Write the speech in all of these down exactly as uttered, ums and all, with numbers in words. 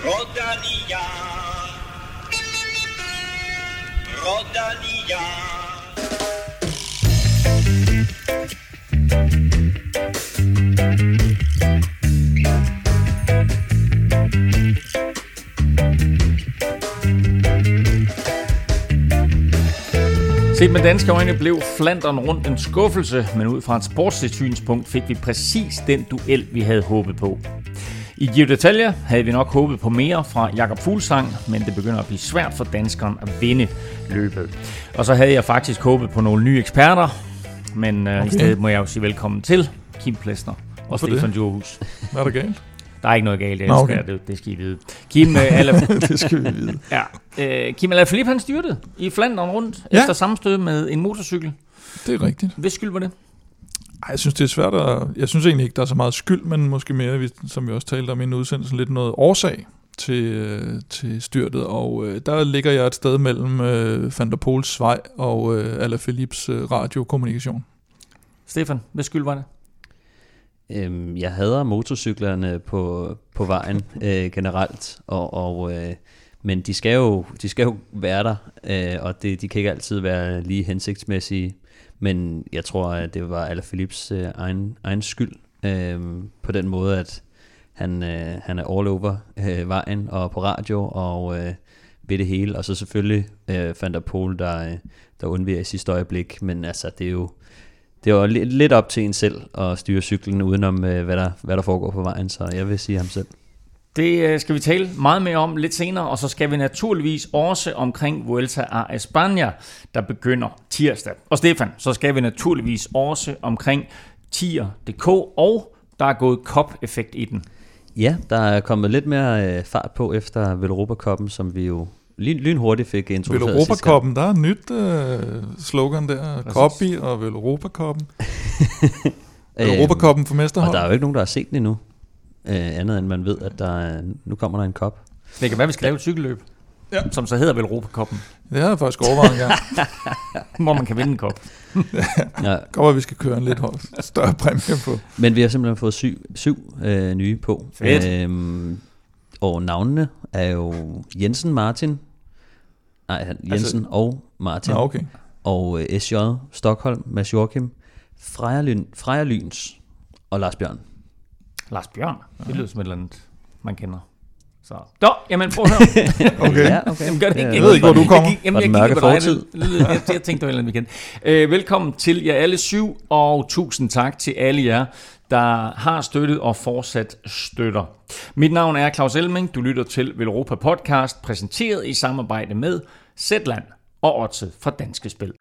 Rodalia, Rodalia. Set med danske øjne blev Flandern rundt en skuffelse, men ud fra et sportsligt synspunkt fik vi præcis den duel, vi havde håbet på. I Giro d'Italia havde vi nok håbet på mere fra Jakob Fuglsang, men det begynder at blive svært for danskeren at vinde løbet. Og så havde jeg faktisk håbet på nogle nye eksperter, men okay. uh, i stedet må jeg jo sige velkommen til Kim Plesner og Hvorfor Stefan det? Djurhus. Hvad er der galt? Der er ikke noget galt, jeg Nå, elsker okay. det, det skal I vide. Kim, uh, Ala- det skal vi vide. ja. uh, Kim Alaphilippe, han styrtede i Flandern rundt Ja. efter sammenstød med en motorcykel. Det er rigtigt. Hvis skyld var det? Ej, jeg synes, det er svært at... Jeg synes egentlig ikke, der er så meget skyld, men måske mere, som vi også talte om i en udsendelse, lidt noget årsag til, til styrtet. Og øh, der ligger jeg et sted mellem øh, Van der Poels vej og øh, Alaphilippes øh, radiokommunikation. Stefan, hvad skyld var det? Øhm, jeg hader motorcyklerne på, på vejen øh, generelt, og, og, øh, men de skal, jo, de skal jo være der, øh, og det, de kan ikke altid være lige hensigtsmæssige. Men jeg tror, at det var Alaphilippes øh, egen, egen skyld øh, på den måde, at han, øh, han er all over øh, vejen og på radio og øh, ved det hele. Og så selvfølgelig øh, Van der Poel, der, der undviger i sidste øjeblik. Men altså, det er jo, det er jo lidt, lidt op til en selv at styre cyklen udenom, øh, hvad, der, hvad der foregår på vejen. Så jeg vil sige ham selv. Det skal vi tale meget mere om lidt senere, og så skal vi naturligvis også omkring Vuelta a España, der begynder tirsdag. Og Stefan, så skal vi naturligvis også omkring tier punktum d k, og der er gået Cup-effekt i den. Ja, der er kommet lidt mere øh, fart på efter Velropa-koppen, som vi jo lyn, lynhurtigt fik introduceret sidste gang. Velropa-koppen, der er et nyt øh, slogan der. Copy og Velropa-koppen. Velropa-koppen for mesterhold. Og der er jo ikke nogen, der har set den endnu. Øh, andet end man ved, at der er, nu kommer der en kop. Det kan være, vi skal lave et cykelløb, ja. som så hedder Velropa-koppen. Det har jeg faktisk overvejet en gang. Hvor man kan vinde en kop. Ja. Kommer vi skal køre en lidt større præmie på. Men vi har simpelthen fået syv, syv øh, nye på. Øhm, og navnene er jo Jensen Martin. Nej, Jensen altså, og Martin. Nå, okay. Og øh, S J Stockholm, Mads Joachim, Frejerlyn, Frejerlyns og Lars Bjørn. Lars Bjørn, det lyder som et eller andet, man kender. Så, da, jamen prøv at høre. Okay. Ja, okay. Jamen, gør det ikke. Jeg ved ikke, hvor du kommer. Jeg, jamen, jeg, jeg kigger på dig. Jeg, jeg tænkte, det var et eller andet, vi kendte. Velkommen til jer alle syv, og tusind tak til alle jer, der har støttet og fortsat støtter. Mit navn er Claus Elming. Du lytter til Velropa Podcast, præsenteret i samarbejde med Zetland og Odset fra Danske Spil.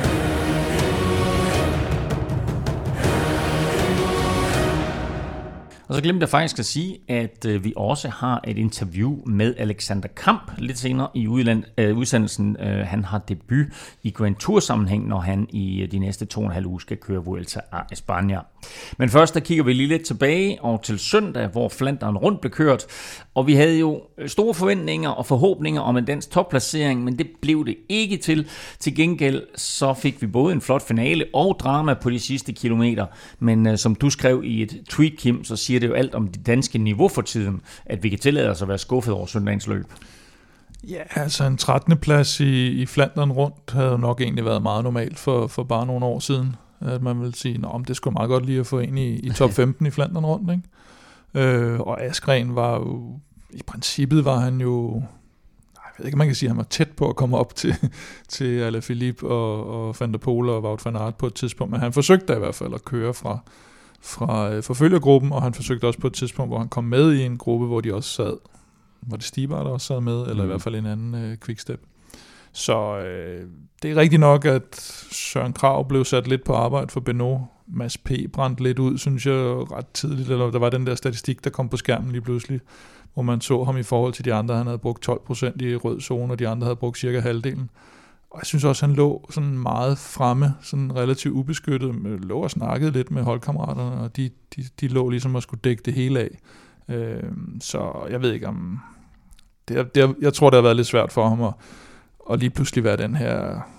Og så glemte jeg faktisk at sige, at øh, vi også har et interview med Alexander Kamp lidt senere i udland, øh, udsendelsen. Øh, han har debut i Grand Tour sammenhæng, når han i de næste to og en halv uge skal køre Vuelta a España. Men først der kigger vi lige lidt tilbage og til søndag, hvor Flandern rundt blev kørt. Og vi havde jo store forventninger og forhåbninger om en dansk topplacering, men det blev det ikke til. Til gengæld så fik vi både en flot finale og drama på de sidste kilometer. Men øh, som du skrev i et tweet, Kim, så siger det jo alt om det danske niveau for tiden, at vi kan tillade os at være skuffet over søndagens løb. Ja, altså en trettende plads i, i Flandern rundt havde nok egentlig været meget normalt for, for bare nogle år siden. At man vil sige, at det skulle meget godt lige at få en i, i top femten i Flandern rundt. Ikke? Øh, og Askren var jo, i princippet var han jo, jeg ved ikke, man kan sige, at han var tæt på at komme op til, til Alaphilippe og, og Van der Poel og Wout van Aert på et tidspunkt, men han forsøgte i hvert fald at køre fra fra øh, forfølgergruppen, og han forsøgte også på et tidspunkt, hvor han kom med i en gruppe, hvor de også sad, var det Stibar, der også sad med, eller mm. i hvert fald en anden øh, quickstep. Så øh, det er rigtigt nok, at Søren Kragh blev sat lidt på arbejde for Benoît. Mads P. brændte lidt ud, synes jeg, ret tidligt, eller der var den der statistik, der kom på skærmen lige pludselig, hvor man så ham i forhold til de andre. Han havde brugt tolv procent i rød zone, og de andre havde brugt cirka halvdelen. Og jeg synes også, han lå sådan meget fremme, sådan relativt ubeskyttet, lå og snakkede lidt med holdkammeraterne, og de, de, de lå ligesom at skulle dække det hele af. Øh, så jeg ved ikke om... Det er, det er, jeg tror, det har været lidt svært for ham at, at lige pludselig være den her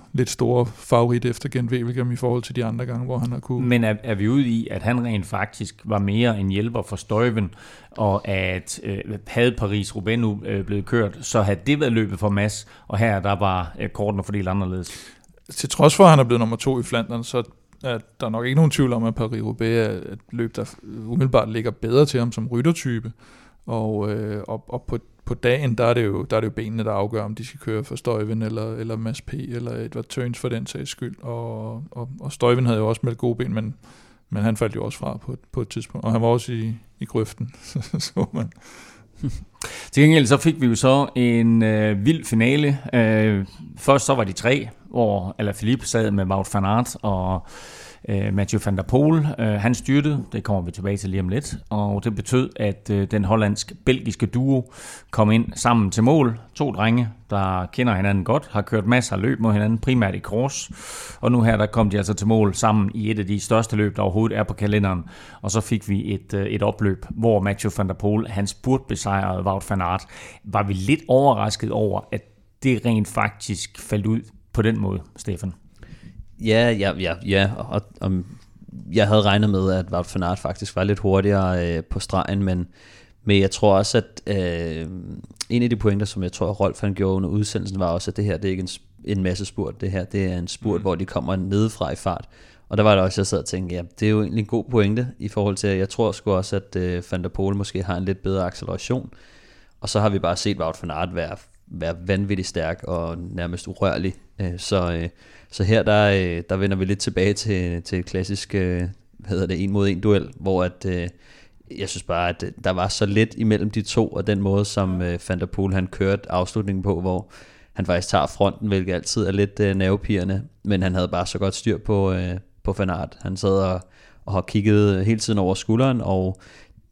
lidt store favorit efter Gent Wevelgem i forhold til de andre gange, hvor han har kunne... Men er, er vi ude i, at han rent faktisk var mere en hjælper for Stuyven, og at øh, havde Paris-Roubaix nu øh, blevet kørt, så havde det været løbet for Mads, og her der var øh, kortene fordelt anderledes? Til trods for, at han er blevet nummer to i Flandern, så er der nok ikke nogen tvivl om, at Paris-Roubaix er et løb, der umiddelbart ligger bedre til ham som ryttertype. Og, øh, og, og på, på dagen, der er, det jo, der er det jo benene, der afgør, om de skal køre for Stuyven eller, eller Mads P. eller Edvard Teuns for den sags skyld. Og, og, og Stuyven havde jo også meldt gode ben, men, men han faldt jo også fra på, på et tidspunkt. Og han var også i, i grøften, så man... Til gengæld så fik vi jo så en øh, vild finale. Øh, først så var de tre, hvor Alaphilippe sad med Wout van Aert og øh, Mathieu van der Poel. Øh, han styrtede, det kommer vi tilbage til lige om lidt, og det betød, at øh, den hollandsk-belgiske duo kom ind sammen til mål. To drenge, der kender hinanden godt, har kørt masser af løb mod hinanden, primært i cross. Og nu her, der kom de altså til mål sammen i et af de største løb, der overhovedet er på kalenderen. Og så fik vi et, et opløb, hvor Mathieu van der Poel, han spurtbesejrede Wout van Aert. Var vi lidt overrasket over, at det rent faktisk faldt ud på den måde, Stefan? Ja, ja, ja, ja. Og, og jeg havde regnet med, at Wout van Aert faktisk var lidt hurtigere øh, på stregen, men, men jeg tror også, at øh, en af de pointer, som jeg tror, Rolf han gjorde under udsendelsen, var også, at det her det er ikke en, en masse spurt. Det her det er en spurt, mm. hvor de kommer nedefra i fart. Og der var det også, jeg sad og tænkte, ja, det er jo egentlig en god pointe i forhold til, at jeg tror sgu også, at øh, Van der Poel måske har en lidt bedre acceleration. Og så har vi bare set Wout van Aert være, være vanvittigt stærk og nærmest urørlig. Så, øh, så her der, der vender vi lidt tilbage til, til et klassisk øh, hvad hedder det, en mod en duel, hvor at, øh, jeg synes bare, at der var så lidt imellem de to, og den måde, som øh, Van der Poel han kørte afslutningen på, hvor han faktisk tager fronten, hvilket altid er lidt øh, nervepirrende, men han havde bare så godt styr på, øh, på Van Aert. Han sad og, og har kigget hele tiden over skulderen, og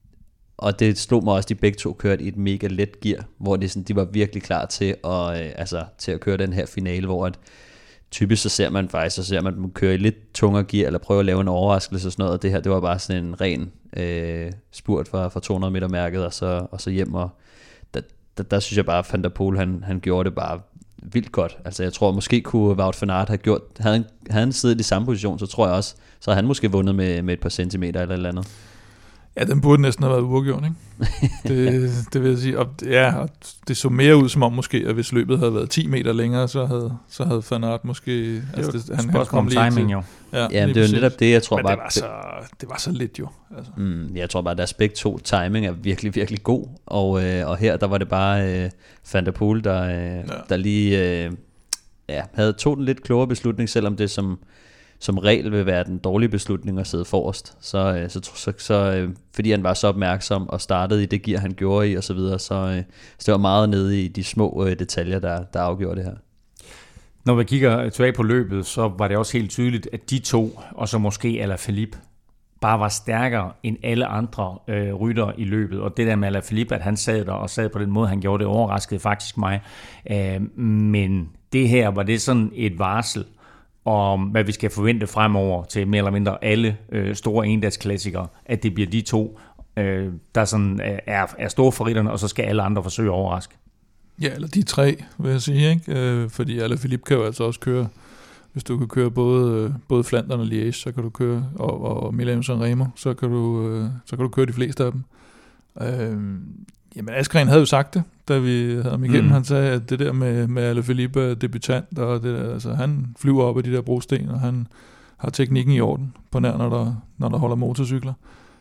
Og det slog mig også, at de begge to kørte i et mega let gear, hvor de, sådan, de var virkelig klar til at, øh, altså, til at køre den her finale, hvor at, typisk så ser man faktisk, så ser man dem køre i lidt tungere gear, eller prøve at lave en overraskelse og sådan noget, og det her, det var bare sådan en ren øh, spurt fra, fra to hundrede meter mærket, og så, og så hjem, og der, der, der synes jeg bare, at Van der Poel, han, han gjorde det bare vildt godt. Altså jeg tror, måske kunne Wout van Aert have gjort, havde han, havde han siddet i samme position, så tror jeg også, så havde han måske vundet med, med et par centimeter eller et eller andet. Ja, den burde næsten have været uafgjort, ikke? Det, det vil jeg sige. Og, ja, og det så mere ud som om måske, at hvis løbet havde været ti meter længere, så havde, så havde Van Aert måske... Altså, det, han, han kom lige timing, til, jo. Ja, ja men det er jo netop det, jeg tror. Men bare... det var, så, det var så lidt jo. Altså. Mm, jeg tror bare, at deres begge to timing er virkelig, virkelig god. Og, øh, og her, der var det bare øh, Van der Poel, der, øh, ja. der lige øh, ja, havde tog den lidt klogere beslutning, selvom det som... som regel vil være den dårlige beslutning at sidde forrest, så, så, så, så fordi han var så opmærksom og startede i det gear, han gjorde i og så videre, så, så det var meget nede i de små detaljer, der, der afgjorde det her. Når vi kigger tilbage på løbet, så var det også helt tydeligt, at de to, og så måske Alaphilippe, bare var stærkere end alle andre øh, ryttere i løbet. Og det der med Alaphilippe, at han sad der og sad på den måde, han gjorde det, overraskede faktisk mig. Øh, men det her, var det sådan et varsel om, hvad vi skal forvente fremover til mere eller mindre alle øh, store endagsklassikere, at det bliver de to, øh, der sådan er, er store favoritterne, og så skal alle andre forsøge at overraske. Ja, eller de tre, vil jeg sige, ikke? Øh, fordi Alaphilippe kan jo altså også køre, hvis du kan køre både, både Flandern og Liège, så kan du køre, og, og Milano-San Remo, så kan du, øh, så kan du køre de fleste af dem. Øh, jamen, Askren havde jo sagt det, da vi havde ham igennem. Mm. Han sagde, at det der med, med Alaphilippe er debutant, og det der, altså, han flyver op af de der brosten, og han har teknikken i orden på nær, når der, når der holder motorcykler.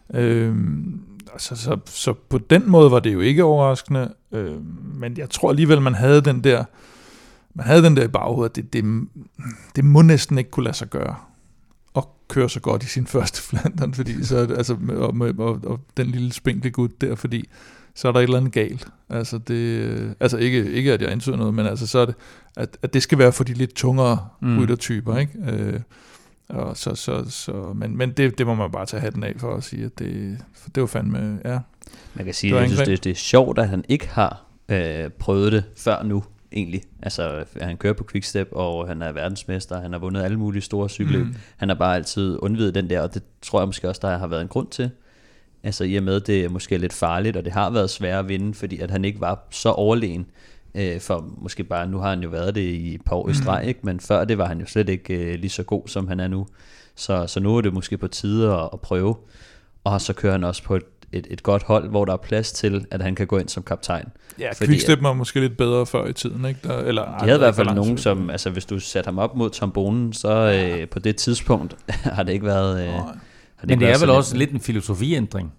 Øhm, altså, så, så på den måde var det jo ikke overraskende, øhm, men jeg tror alligevel, man havde den der, man havde den der i baghovedet, at det, det, det må næsten ikke kunne lade sig gøre at køre så godt i sin første Flandern, fordi så, altså, og, og, og den lille spinkle gut der, fordi så er der et eller andet galt. Altså, det, altså ikke, ikke at jeg indtyder noget, men altså så er det, at, at det skal være for de lidt tungere mm. ryttertyper, ikke? Øh, og så, så, så, men men det, det må man bare tage hatten af for at sige, at det, det var fandme, ja. Man kan sige, at jeg synes, det, det er sjovt, at han ikke har øh, prøvet det før nu, egentlig. Altså, han kører på Quickstep, og han er verdensmester, han har vundet alle mulige store cykelløb. Mm. Han har bare altid undvidet den der, og det tror jeg måske også, der har været en grund til. Altså i og med, det er måske lidt farligt, og det har været svært at vinde, fordi at han ikke var så overlegen øh, for måske bare, nu har han jo været det i et par år i streg, ikke? Men før det var han jo slet ikke øh, lige så god, som han er nu. Så, så nu er det måske på tide at, at prøve, og så kører han også på et, et, et godt hold, hvor der er plads til, at han kan gå ind som kaptajn. Ja, Quickstep var måske lidt bedre før i tiden, ikke? Der, eller, de havde i hvert fald nogen, som, altså hvis du satte ham op mod Tom Bonen, så ja. øh, på det tidspunkt har det ikke været... Øh, det Men det er vel også lidt en filosofiændring,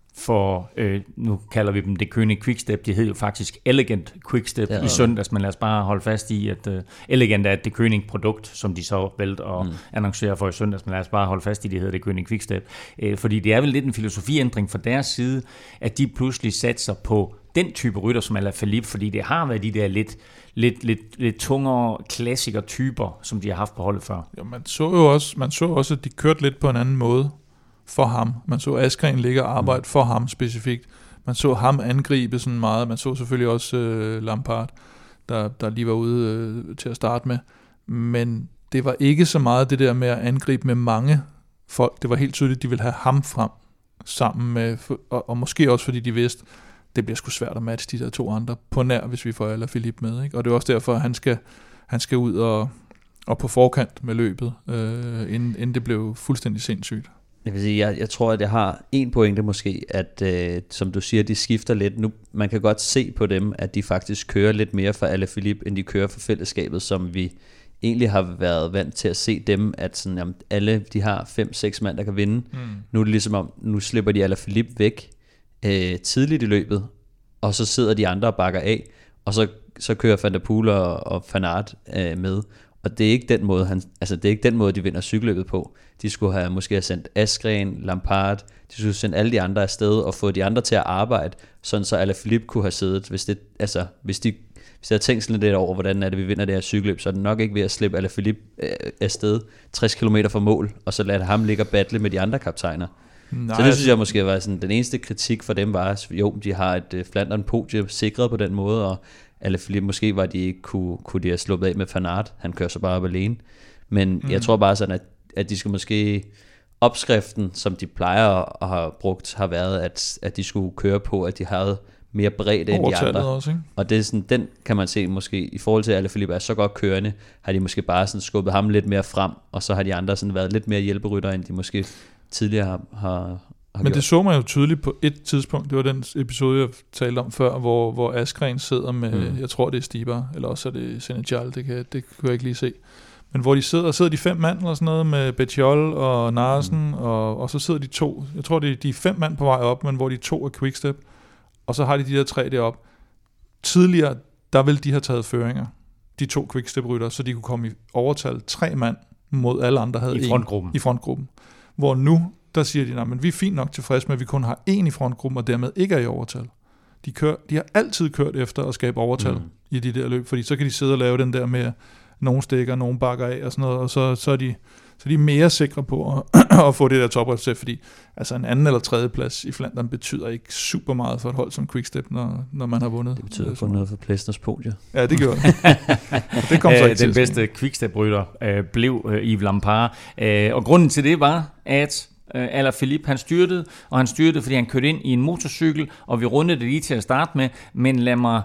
for øh, nu kalder vi dem det König Quickstep, de hed jo faktisk Elegant Quickstep ja, i søndags, men lad os bare holde fast i, at uh, Elegant er det König produkt, som de så valgte at mm. annoncere for i søndags, men lad os bare holde fast i, det hedder det König Quickstep, øh, fordi det er vel lidt en filosofiændring fra deres side, at de pludselig satser på den type rytter som Alaphilippe, fordi det har været de der lidt, lidt, lidt, lidt tungere klassiker-typer, som de har haft på holdet før. Ja, man så jo også, man så også, at de kørte lidt på en anden måde for ham. Man så Askren ligge og arbejde mm. for ham specifikt. Man så ham angribe sådan meget. Man så selvfølgelig også øh, Lampard, der, der lige var ude øh, til at starte med. Men det var ikke så meget det der med at angribe med mange folk. Det var helt tydeligt, at de ville have ham frem sammen med, og, og måske også fordi de vidste, det bliver sgu svært at matche de der to andre på nær, hvis vi får Alaphilippe med. Ikke? Og det er også derfor, at han skal, han skal ud og, og på forkant med løbet, øh, inden, inden det blev fuldstændig sindssygt. Jeg vil sige, jeg, jeg tror, at jeg har en pointe måske, at øh, som du siger, de skifter lidt. Nu, man kan godt se på dem, at de faktisk kører lidt mere for Alaphilippe, end de kører for fællesskabet, som vi egentlig har været vant til at se dem, at sådan, jamen, alle de har fem seks mand, der kan vinde. Mm. Nu er det ligesom om, nu slipper de Alaphilippe væk øh, tidligt i løbet, og så sidder de andre og bakker af, og så, så kører Van der Poel og, og Van Aert øh, med. Og det er ikke den måde, han, altså det er ikke den måde, de vinder cykelløbet på. De skulle have måske have sendt Askren, Lampard, de skulle have sendt alle de andre afsted og få de andre til at arbejde, sådan så Alaphilippe kunne have siddet. Hvis det, altså hvis de, hvis de havde tænkt sådan lidt over, hvordan er det, vi vinder det her cykelløb, så er det nok ikke ved at slippe Alaphilippe øh, afsted tres kilometer fra mål, og så lade ham ligge og battle med de andre kaptajner. Nej, så det synes jeg måske var sådan, den eneste kritik for dem var, at jo, de har et uh, Flandern podium sikret på den måde, og Alaphilippe måske var de ikke kunne, kunne de have sluppet af med Van Aert. Han kører så bare op alene. Men mm. jeg tror bare sådan, at, at de skal måske... Opskriften, som de plejer at have brugt, har været, at, at de skulle køre på, at de havde mere bredde end de andre. Også, ikke? Og det er sådan, den kan man se måske, i forhold til at Alaphilippe er så godt kørende, har de måske bare sådan skubbet ham lidt mere frem, og så har de andre sådan været lidt mere hjælperytter, end de måske tidligere har, har Men gjort. Det så man jo tydeligt på et tidspunkt. Det var den episode, jeg talte om før, hvor, hvor Askren sidder med, mm. jeg tror det er Stibar, eller også er det Senechal, det kan, det kunne jeg ikke lige se. Men hvor de sidder, sidder de fem mand eller sådan noget med Betjol og Narsen, mm. og, og så sidder de to, jeg tror det er de er fem mand på vej op, men hvor de to er Quickstep, og så har de de der tre deroppe. Tidligere, der ville de have taget føringer, de to Quickstep-rytter, så de kunne komme i overtal tre mand mod alle andre havde I frontgruppen. En, i frontgruppen. Hvor nu, der siger de, nej, men vi er fint nok tilfredse med, at vi kun har en i frontgruppen, og dermed ikke er i overtal. De, kører, de har altid kørt efter at skabe overtal mm. i de der løb, fordi så kan de sidde og lave den der med, nogle stikker, nogle bakker af og sådan noget, og så, så, er, de, så er de mere sikre på at, at få det der topresultat, fordi altså en anden eller tredje plads i Flandern betyder ikke super meget for et hold som Quickstep, når, når man har vundet. Det betyder kun noget for Plesners podie. Ja, det gjorde det. Det kom så ikke Den bedste Quickstep-rytter øh, blev øh, Yves Lampard, øh, og grunden til det var, at øh, Alaphilippe han styrtede, og han styrtede, fordi han kørte ind i en motorcykel, og vi rundede det lige til at starte med, men lad mig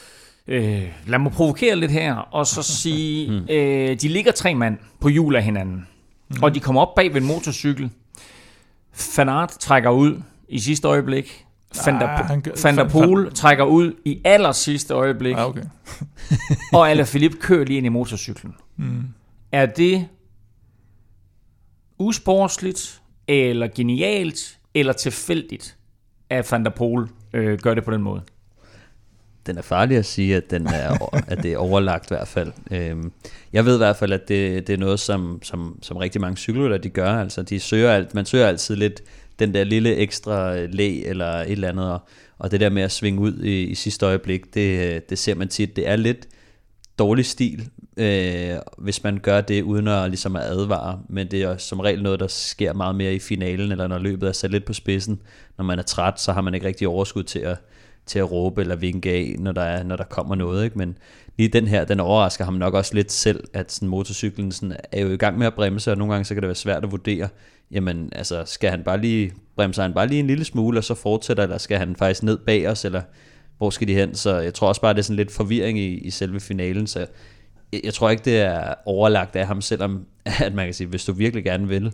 Øh, lad mig provokere lidt her, og så sige, mm. øh, de ligger tre mand på hjul af hinanden, mm. og de kommer op bag ved en motorcykel. Van Aert trækker ud i sidste øjeblik. Van der, ah, han, Van der Poel fan, trækker ud i aller sidste øjeblik. Ah, okay. Og Alaphilippe kører lige ind i motorcyklen. Mm. Er det usportsligt, eller genialt, eller tilfældigt, at Van der Poel øh, gør det på den måde? Den er farlig at sige, at, den er, at det er overlagt i hvert fald. Jeg ved i hvert fald, at det, det er noget, som, som, som rigtig mange cykelrytter de gør. Altså, de søger alt, man søger altid lidt den der lille ekstra læ eller et eller andet, og, og det der med at svinge ud i, i sidste øjeblik, det, det ser man tit. Det er lidt dårlig stil, øh, hvis man gør det uden at, ligesom at advare, men det er som regel noget, der sker meget mere i finalen, eller når løbet er sat lidt på spidsen. Når man er træt, så har man ikke rigtig overskud til at til at råbe eller vinke af, når der, er, når der kommer noget, ikke? Men lige den her, den overrasker ham nok også lidt selv, at sådan motorcyklen sådan er jo i gang med at bremse, og nogle gange så kan det være svært at vurdere, jamen altså, skal han bare lige, bremser han bare lige en lille smule, og så fortsætter, eller skal han faktisk ned bag os, eller hvor skal de hen, så jeg tror også bare, det er sådan lidt forvirring i, i selve finalen, så jeg, jeg tror ikke, det er overlagt af ham, selvom at man kan sige, hvis du virkelig gerne vil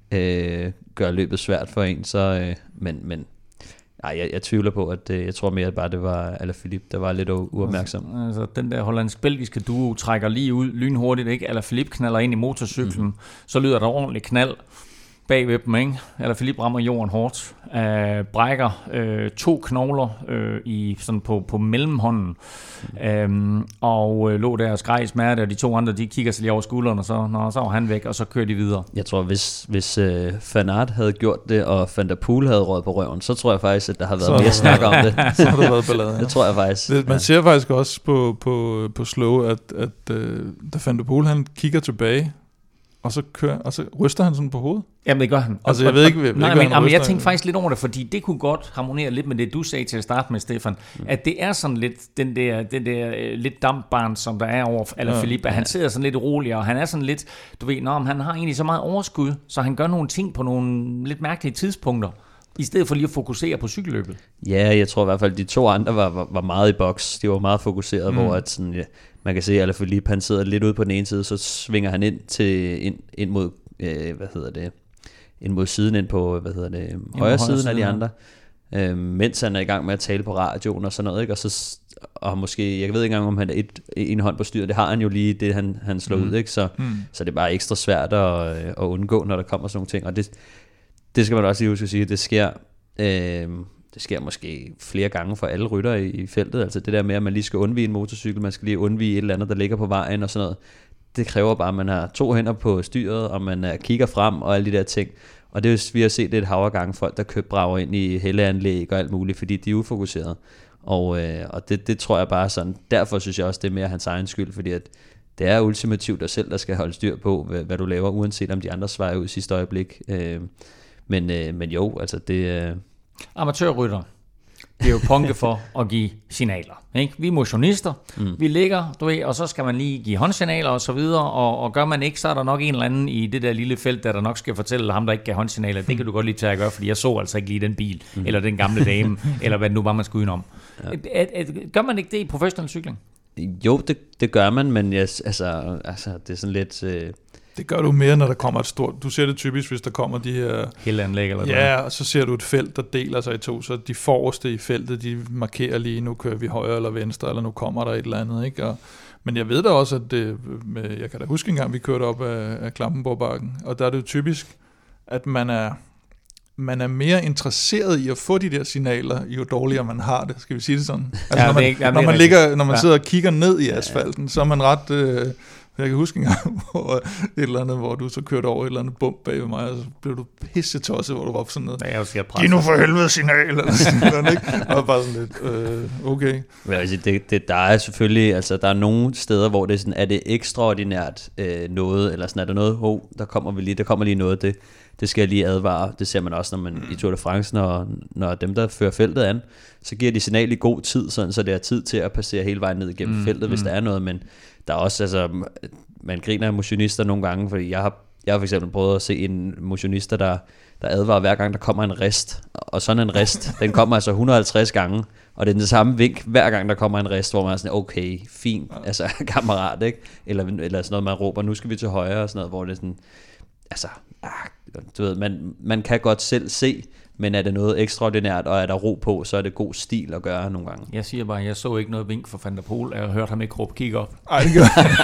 øh, gøre løbet svært for en, så, øh, men, men nej, jeg, jeg tvivler på, at øh, jeg tror mere, at bare det var Alaphilippe, der var lidt uopmærksom. Altså, altså den der hollandsk-belgiske duo trækker lige ud lynhurtigt, ikke? Alaphilippe knaller ind i motorcyklen, mm. så lyder der ordentligt knald bag ved dem, ikke? Alaphilippe rammer jorden hårdt, øh, brækker øh, to knogler øh, i, sådan på, på mellemhånden, mm. øhm, og øh, lå der og skreg i smerte, og de to andre, de kigger sig lige over skulderen, og så, når, så var han væk, og så kører de videre. Jeg tror, hvis, hvis øh, Van Aert havde gjort det, og Van der Poel havde røget på røven, så tror jeg faktisk, at der har været så, mere snak om det. Så har der været ballade, ja. Det tror jeg faktisk. Det, man ja. ser faktisk også på, på, på slow, at, at øh, da Van der Poel, han kigger tilbage, og så kører, og så ryster han sådan på hovedet. Jamen det gør han. Altså jeg ved ikke, jeg, nej, ikke, men jamen, jeg tænkte faktisk lidt over det, fordi det kunne godt harmonere lidt med det, du sagde til at starte med, Stefan, mm. at det er sådan lidt den der, den der uh, lidt dampbarn, som der er over Alaphilippe, ja. at han sidder sådan lidt rolig, og han er sådan lidt, du ved, nå, han har egentlig så meget overskud, så han gør nogle ting på nogle lidt mærkelige tidspunkter, i stedet for lige at fokusere på cykelløbet. Ja, jeg tror i hvert fald, de to andre var, var, var meget i boks. De var meget fokuseret, mm. hvor at sådan, ja, man kan se, at Alaphilippe, han sidder lidt ude på den ene side, så svinger han ind til ind, ind mod, øh, hvad hedder det, ind mod siden, ind på, hvad hedder det, højre siden af de andre, øh, mens han er i gang med at tale på radioen og sådan noget, ikke? Og så, og måske, jeg ved ikke engang, om han er et, en hånd på styret, det har han jo lige, det han, han slår mm. ud, ikke? Så, mm. så det er bare ekstra svært at, at undgå, når der kommer sådan nogle ting, og det, det skal man også lige huske at sige, det sker, øh, det sker måske flere gange for alle rytter i, i feltet, altså det der med, at man lige skal undvige en motorcykel, man skal lige undvige et eller andet, der ligger på vejen og sådan noget, det kræver bare, at man har to hænder på styret, og man uh, kigger frem og alle de der ting, og det er, vi har set det et hav af gange, folk der køber brager ind i hældeanlæg og alt muligt, fordi de er ufokuserede, og, øh, og det, det tror jeg bare sådan, derfor synes jeg også, det er mere hans egen skyld, fordi at det er ultimativt dig selv, der skal holde styr på, hvad, hvad du laver, uanset om de andre svarer ud i sidste øjeblik. Øh, men, øh, men jo, altså det... Øh... Amatørrytter, det er jo punke for at give signaler. Ikke? Vi er motionister, mm. vi ligger, du ved, og så skal man lige give håndsignaler og så videre, og, og gør man ikke, så er der nok en eller anden i det der lille felt, der der nok skal fortælle ham, der ikke gav håndsignaler. Det kan du godt lige tage at gøre, fordi jeg så altså ikke lige den bil, mm. eller den gamle dame, eller hvad det nu var, man skulle udenom. Ja. At, at, gør man ikke det i professionel cykling? Jo, det, det gør man, men yes, altså, altså, det er sådan lidt... Øh... Det gør du mere, når der kommer et stort... Du ser det typisk, hvis der kommer de her... Hældeanlæg eller ja, noget. Og så ser du et felt, der deler sig i to, så de forreste i feltet, de markerer lige, nu kører vi højre eller venstre, eller nu kommer der et eller andet, ikke? Og, men jeg ved da også, at det... Med, jeg kan da huske engang, vi kørte op af, af Klampenborgbakken, og der er det jo typisk, at man er... man er mere interesseret i at få de der signaler, jo dårligere man har det, skal vi sige det sådan? Altså, ja, når man, ikke, når man, ligger, når man ja. sidder og kigger ned i asfalten, så er man ret... Øh, jeg kan huske en gang, hvor et eller andet, hvor du så kørte over et eller andet bump bag ved mig, og så blev du pissetosset, hvor du var sådan noget. Giv nu for helvede signal, eller sådan noget, ikke? Og bare sådan lidt, øh, okay. Altså, det, det, der er selvfølgelig, altså der er nogle steder, hvor det er sådan, er det ekstraordinært øh, noget, eller sådan er der noget, oh, der kommer vi lige, der kommer lige noget, det, det skal jeg lige advare. Det ser man også, når man mm. i Tour de France, når, når dem, der fører feltet an, så giver de signal i god tid, sådan, så det er tid til at passere hele vejen ned igennem mm. feltet, hvis mm. der er noget, men der er også, altså, man griner af motionister nogle gange, fordi jeg har, jeg har for eksempel prøvet at se en motionister, der, der advarer hver gang, der kommer en rist, og sådan en rist, den kommer altså et hundrede og halvtreds gange, og det er den samme vink, hver gang der kommer en rist, hvor man er sådan, okay, fint, altså kammerat, ikke? Eller, eller sådan noget, man råber, nu skal vi til højre, og sådan noget, hvor det er sådan, altså, ah, du ved, man, man kan godt selv se, men er det noget ekstraordinært, og er der ro på, så er det god stil at gøre nogle gange. Jeg siger bare, jeg så ikke noget vink for Van der Poel, jeg har hørt ham ikke råbe, kig op. Ej, det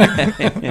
gør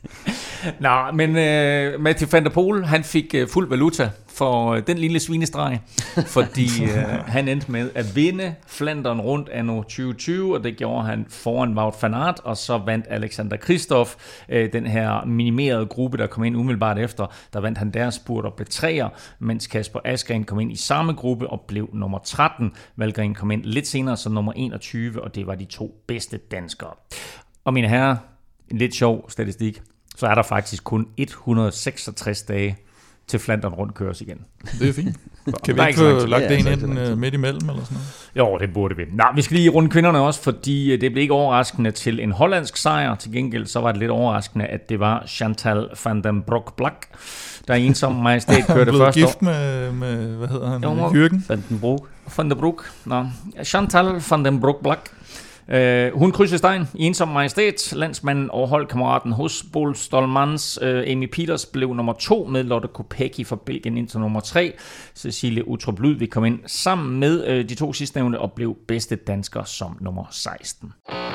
Nå, men uh, Mathieu van der Poel, han fik uh, fuld valuta for uh, den lille svinestreg, fordi uh, han endte med at vinde Flandern rundt anno tyve tyve, og det gjorde han foran Wout van Aert, og så vandt Alexander Kristoff, uh, den her minimerede gruppe, der kom ind umiddelbart efter, der vandt han deres spurt og blev treer, mens Kasper Asgreen kom ind i samme gruppe og blev nummer tretten. Valgren kom ind lidt senere som nummer enogtyve, og det var de to bedste danskere. Og mine herrer, en lidt sjov statistik, så er der faktisk kun et hundrede og seksogtres dage til Flandern rundt køres igen. Det er fint. Kan vi Der er ikke ikke så lang få tid. lagt Ja, det ind altså, enten midt imellem eller sådan noget? Jo, det burde vi. Nå, vi skal lige runde kvinderne også, fordi det blev ikke overraskende til en hollandsk sejr. Til gengæld så var det lidt overraskende, at det var Chantal van den Broek-Black, der i ensom majestæt kørte blevet første gift med, med, hvad hedder han, Jo, må- Jürgen? Van den Broek. Van den Broek. Nå, Chantal van den Broek-Black. Uh, hun krydsede stegen i ensom majestæt. Landsmanden og holdkammeraten hos Bol Stolmans, uh, Amy Peters, blev nummer to med Lotte Kopecky fra Belgien ind til nummer tre. Cecilie Uttrup Ludvig kom ind sammen med uh, de to sidstnævnte og blev bedste dansker som nummer seksten.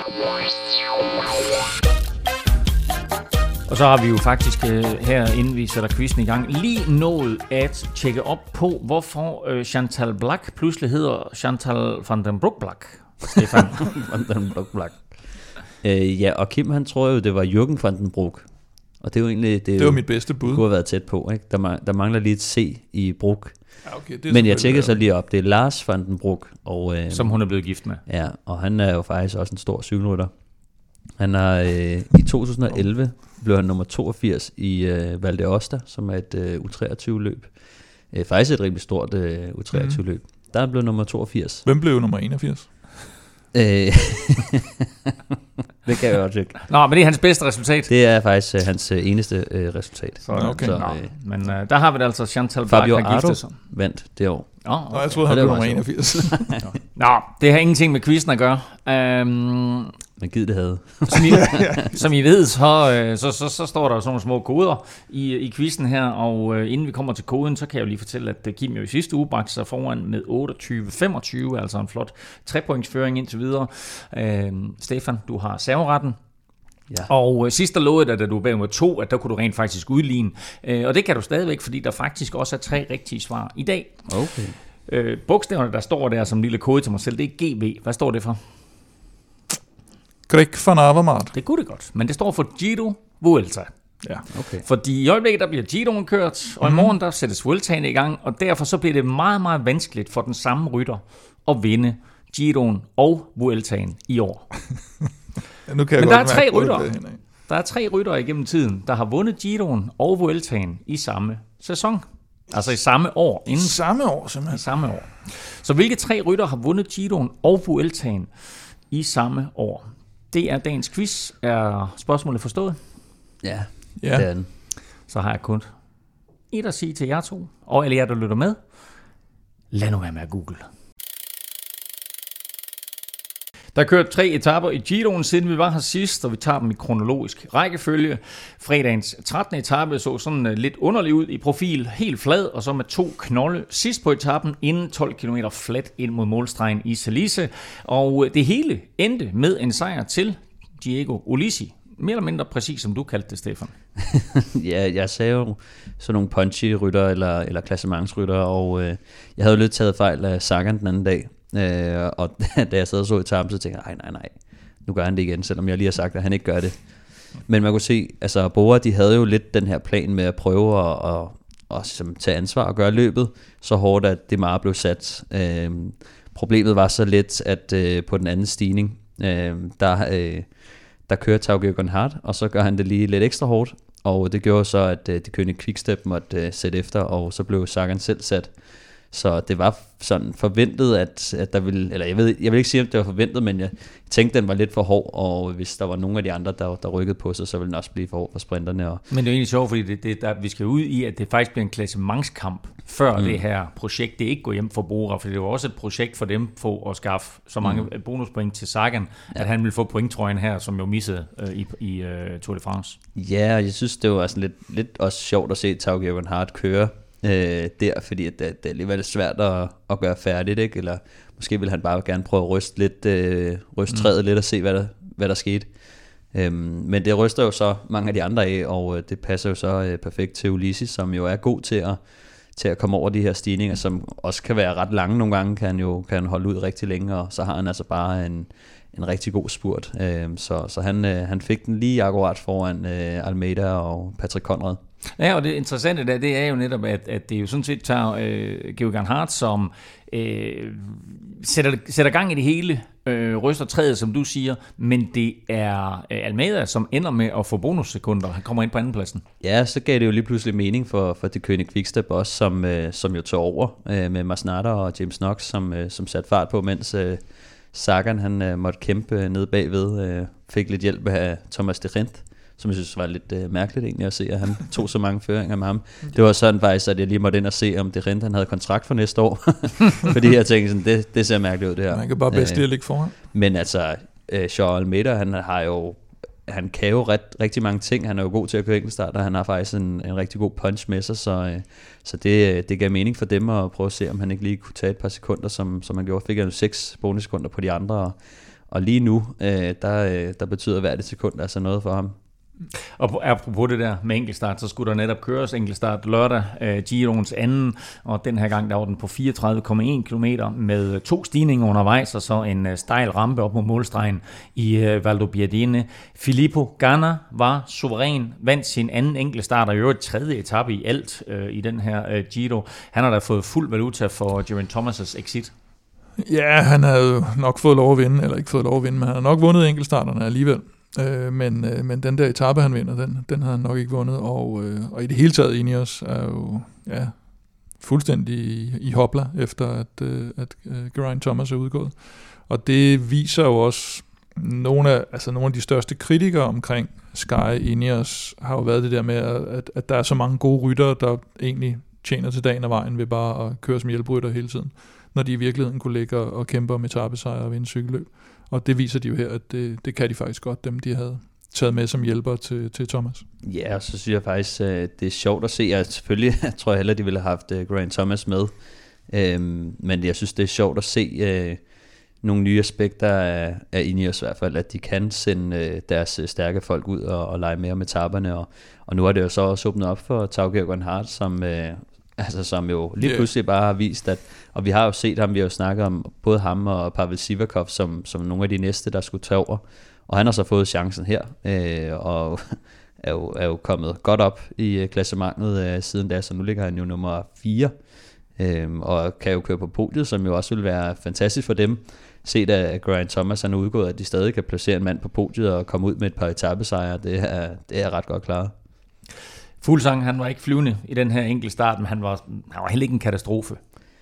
Og så har vi jo faktisk uh, her, inden vi sætter quizzen i gang, lige nået at tjekke op på, hvorfor uh, Chantal Black pludselig hedder Chantal van den Broek-Black. Stefan. Van den Broek. Øh, ja, og Kim han tror jo, det var Jürgen van den Broek. Og det er jo egentlig... Det, Det var mit bedste bud. kunne have været tæt på, ikke? Der, ma- der mangler lige et C i Broek. Ja, okay, det er Men jeg selvfølgelig- tjekker så lige op, det er Lars van den Broek. Og, øh, Som hun er blevet gift med. ja, og han er jo faktisk også en stor cykelrytter. Han har øh, i to tusind og elleve blev han nummer toogfirs i øh, Val d'Aosta, som er et øh, U treogtyve løb. Øh, faktisk et rimelig stort øh, U treogtyve løb. Der er han blevet nummer toogfirs. Hvem blev nummer enogfirs? Øh, det kan jeg jo tjekke. Nå, men det er hans bedste resultat. Det er faktisk øh, hans øh, eneste øh, resultat. Sådan. Okay. Så, Nå, øh, men øh, der har vi det altså Chantal Black, Fabio der Ardo giftet sig. vandt det år. Nå, Nå, okay. jeg troede, Ja, han det blev var nummer meget enogfirs. Nå, det har ingenting med quizzen at gøre. Um, Men givet det havde. som, I, som I ved, så, øh, så, så, så står der sådan nogle små koder i, i quizzen her, og øh, inden vi kommer til koden, så kan jeg jo lige fortælle, at Kim jo i sidste uge bragte sig foran med otteogtyve femogtyve, altså en flot trepointsføring indtil videre. Øh, Stefan, du har serveretten. Ja. Og øh, sidst der lovede dig, da du var bag med to, at der kunne du rent faktisk udligne. Øh, og det kan du stadigvæk, fordi der faktisk også er tre rigtige svar i dag. Okay. Øh, bogstaverne, der står der som en lille kode til mig selv, det er G V. Hvad står det for? Greg van Avermaet. Det kunne det godt, men det står for Giro Vuelta. Ja. Okay. Fordi i øjeblikket, der bliver Giroen kørt, og mm. i morgen, der sættes Vueltaen i gang, og derfor så bliver det meget, meget vanskeligt for den samme rytter at vinde Giroen og Vueltaen i år. Ja, nu kan jeg Men godt der er tre mærke, hvor det ryttere. bliver henad. Der er tre ryttere igennem tiden, der har vundet Giroen og Vueltaen i samme sæson. Altså i samme år. Inden Samme år, i simpelthen. samme år. Så hvilke tre ryttere har vundet Giroen og Vueltaen i samme år? Det er dagens quiz. Er spørgsmålet forstået? Ja, Ja. det er den. Så har jeg kun et at sige til jer to, og alle jer, der lytter med. Lad nu være med at google. Der er kørt tre etaper i Giroen, siden vi var her sidst, og vi tager dem i kronologisk rækkefølge. Fredagens trettende etape så sådan lidt underlig ud i profil, helt flad, og så med to knolde sidst på etappen, inden tolv kilometer flat ind mod målstregen i Salise. Og det hele endte med en sejr til Diego Ulissi. Mere eller mindre præcis, som du kaldte det, Stefan. Ja, jeg sagde jo sådan nogle punchy rytter eller, eller klassementsrytter, og øh, jeg havde jo lidt taget fejl af Sagan den anden dag. Øh, og da jeg sad og så etappen, så tænkte jeg, nej, nej, nej, nu gør han det igen, selvom jeg lige har sagt, at han ikke gør det. Men man kunne se, altså Bora, de havde jo lidt den her plan med at prøve at, at, at, at tage ansvar og gøre løbet så hårdt, at det meget blev sat. Øh, problemet var så lidt, at øh, på den anden stigning, øh, der, øh, der kører Tao Geoghegan Hart, og så gør han det lige lidt ekstra hårdt, og det gjorde så, at øh, det kørende Quickstep måtte øh, sætte efter, og så blev Sagan selv sat. Så det var sådan forventet, at, at der ville, eller jeg ved, jeg vil ikke sige, at det var forventet, men jeg tænkte, at den var lidt for hård, og hvis der var nogle af de andre, der, der rykkede på sig, så ville den også blive for hård for sprinterne. Og Men det er egentlig sjovt, fordi det, det, der, vi skal ud i, at det faktisk bliver en klassementskamp før mm. det her projekt. Det ikke går hjem for Bora, for det var også et projekt for dem for at skaffe så mange mm. bonuspoint til Sagan, ja. At han ville få pointtrøjen her, som jo missede øh, i, i uh, Tour de France. ja, jeg synes, det var sådan lidt, lidt også sjovt at se Tao Geoghegan Hart køre øh, der, fordi at det, det er alligevel svært at, at gøre færdigt, ikke? Eller måske vil han bare gerne prøve at ryste lidt, øh, ryste træet mm. lidt og se, hvad der, hvad der skete. Øhm, men det ryster jo så mange af de andre af, og øh, det passer jo så øh, perfekt til Ulissi, som jo er god til at, til at komme over de her stigninger, som også kan være ret lange nogle gange, kan han jo kan han holde ud rigtig længe, og så har han altså bare en, en rigtig god spurt. Øhm, så så han, øh, han fik den lige akkurat foran øh, Almeida og Patrick Conrad. Ja, og det interessante der, det er jo netop, at, at det jo sådan set tager øh, Geoghegan Hart, som øh, sætter, sætter gang i det hele, øh, ryster træet, som du siger, men det er øh, Almeida, som ender med at få bonussekunder. Han kommer ind på andenpladsen. Ja, så gav det jo lige pludselig mening for, for det Koenig Quickstep også, som, øh, som jo tog over øh, med Masnada og James Knox, som, øh, som satte fart på, mens øh, Sagan han øh, måtte kæmpe øh, nede bagved, øh, fik lidt hjælp af Thomas de Gendt, som jeg synes var lidt øh, mærkeligt egentlig at se, at han tog så mange føringer med ham. Det var sådan faktisk, at jeg lige måtte ind og se, om de Gendt han havde kontrakt for næste år, fordi jeg tænkte sådan, det, det ser mærkeligt ud det her. Man kan bare bedst lige at ligge foran. Men altså, øh, Joao Almeida, han har jo han kan jo ret, rigtig mange ting. Han er jo god til at køre enkeltstart, og han har faktisk en, en rigtig god punch med sig, så, øh, så det, det gav mening for dem at prøve at se, om han ikke lige kunne tage et par sekunder, som, som han gjorde. Fik han jo seks bonussekunder på de andre, og, og lige nu, øh, der, der betyder hvert et sekund altså noget for ham. Og apropos det der med enkeltstart, så skulle der netop køres enkeltstart lørdag, uh, Giroens anden, og den her gang der var den på fireogtredive komma en kilometer med to stigninger undervejs, og så en uh, stejl rampe op mod målstregen i uh, Valdobbiadene. Filippo Ganna var suveræn, vandt sin anden enkeltstart, og i øvrigt tredje etape i alt uh, i den her uh, Giro. Han har da fået fuld valuta for Geraint Thomas' exit. Ja, han havde nok fået lov at vinde, eller ikke fået lov at vinde, men han har nok vundet enkeltstarterne alligevel. Øh, men, øh, men den der etape, han vinder, den, den har han nok ikke vundet, og, øh, og i det hele taget Ineos er jo ja, fuldstændig i, i hopla, efter at, øh, at øh, Geraint Thomas er udgået. Og det viser jo også, nogle af, altså nogle af de største kritikere omkring Sky Ineos har jo været det der med, at, at der er så mange gode ryttere, der egentlig tjener til dagen og vejen ved bare at køre som hjælperytter hele tiden, når de i virkeligheden kunne ligge og kæmpe om etapesejre og vinde cykelløb. Og det viser de jo her, at det, det kan de faktisk godt, dem de havde taget med som hjælper til, til Thomas. Ja, og så synes jeg faktisk, at det er sjovt at se. Jeg selvfølgelig jeg tror jeg heller, de ville have haft uh, Geraint Thomas med. Øhm, men jeg synes, det er sjovt at se uh, nogle nye aspekter af, af Ineos i hvert fald, at de kan sende uh, deres uh, stærke folk ud og, og lege mere med etapperne. Og, og nu har det jo så også åbnet op for Tao Geoghegan Hart, som... Uh, Altså som jo lige pludselig bare har vist, at, og vi har jo set ham, vi har jo snakket om både ham og Pavel Sivakov som, som nogle af de næste, der skulle tage over, og han har så fået chancen her, øh, og er jo, er jo kommet godt op i klassementet øh, siden da, så nu ligger han jo nummer fire, øh, og kan jo køre på podiet, som jo også vil være fantastisk for dem, set at Geraint Thomas er udgået, at de stadig kan placere en mand på podiet og komme ud med et par etapesejre, det er, det er ret godt klaret. Fuglsang, han var ikke flyvende i den her enkelte start, men han var, han var heller ikke en katastrofe.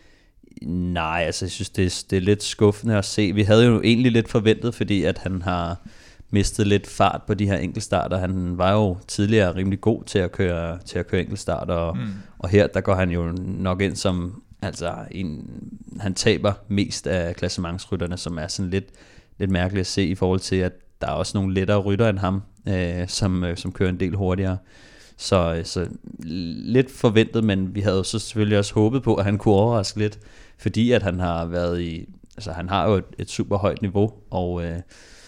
Nej, altså jeg synes, det er, det er lidt skuffende at se. Vi havde jo egentlig lidt forventet, fordi at han har mistet lidt fart på de her enkeltstarter. Han var jo tidligere rimelig god til at køre, til at køre enkeltstarter, og, mm. og her der går han jo nok ind som, altså en, han taber mest af klassementsrytterne, som er sådan lidt, lidt mærkeligt at se i forhold til, at der er også nogle lettere rytter end ham, øh, som, øh, som kører en del hurtigere. Så, så lidt forventet, men vi havde så selvfølgelig også håbet på, at han kunne overraske lidt, fordi at han har været i, altså han har jo et, et super højt niveau, og, øh,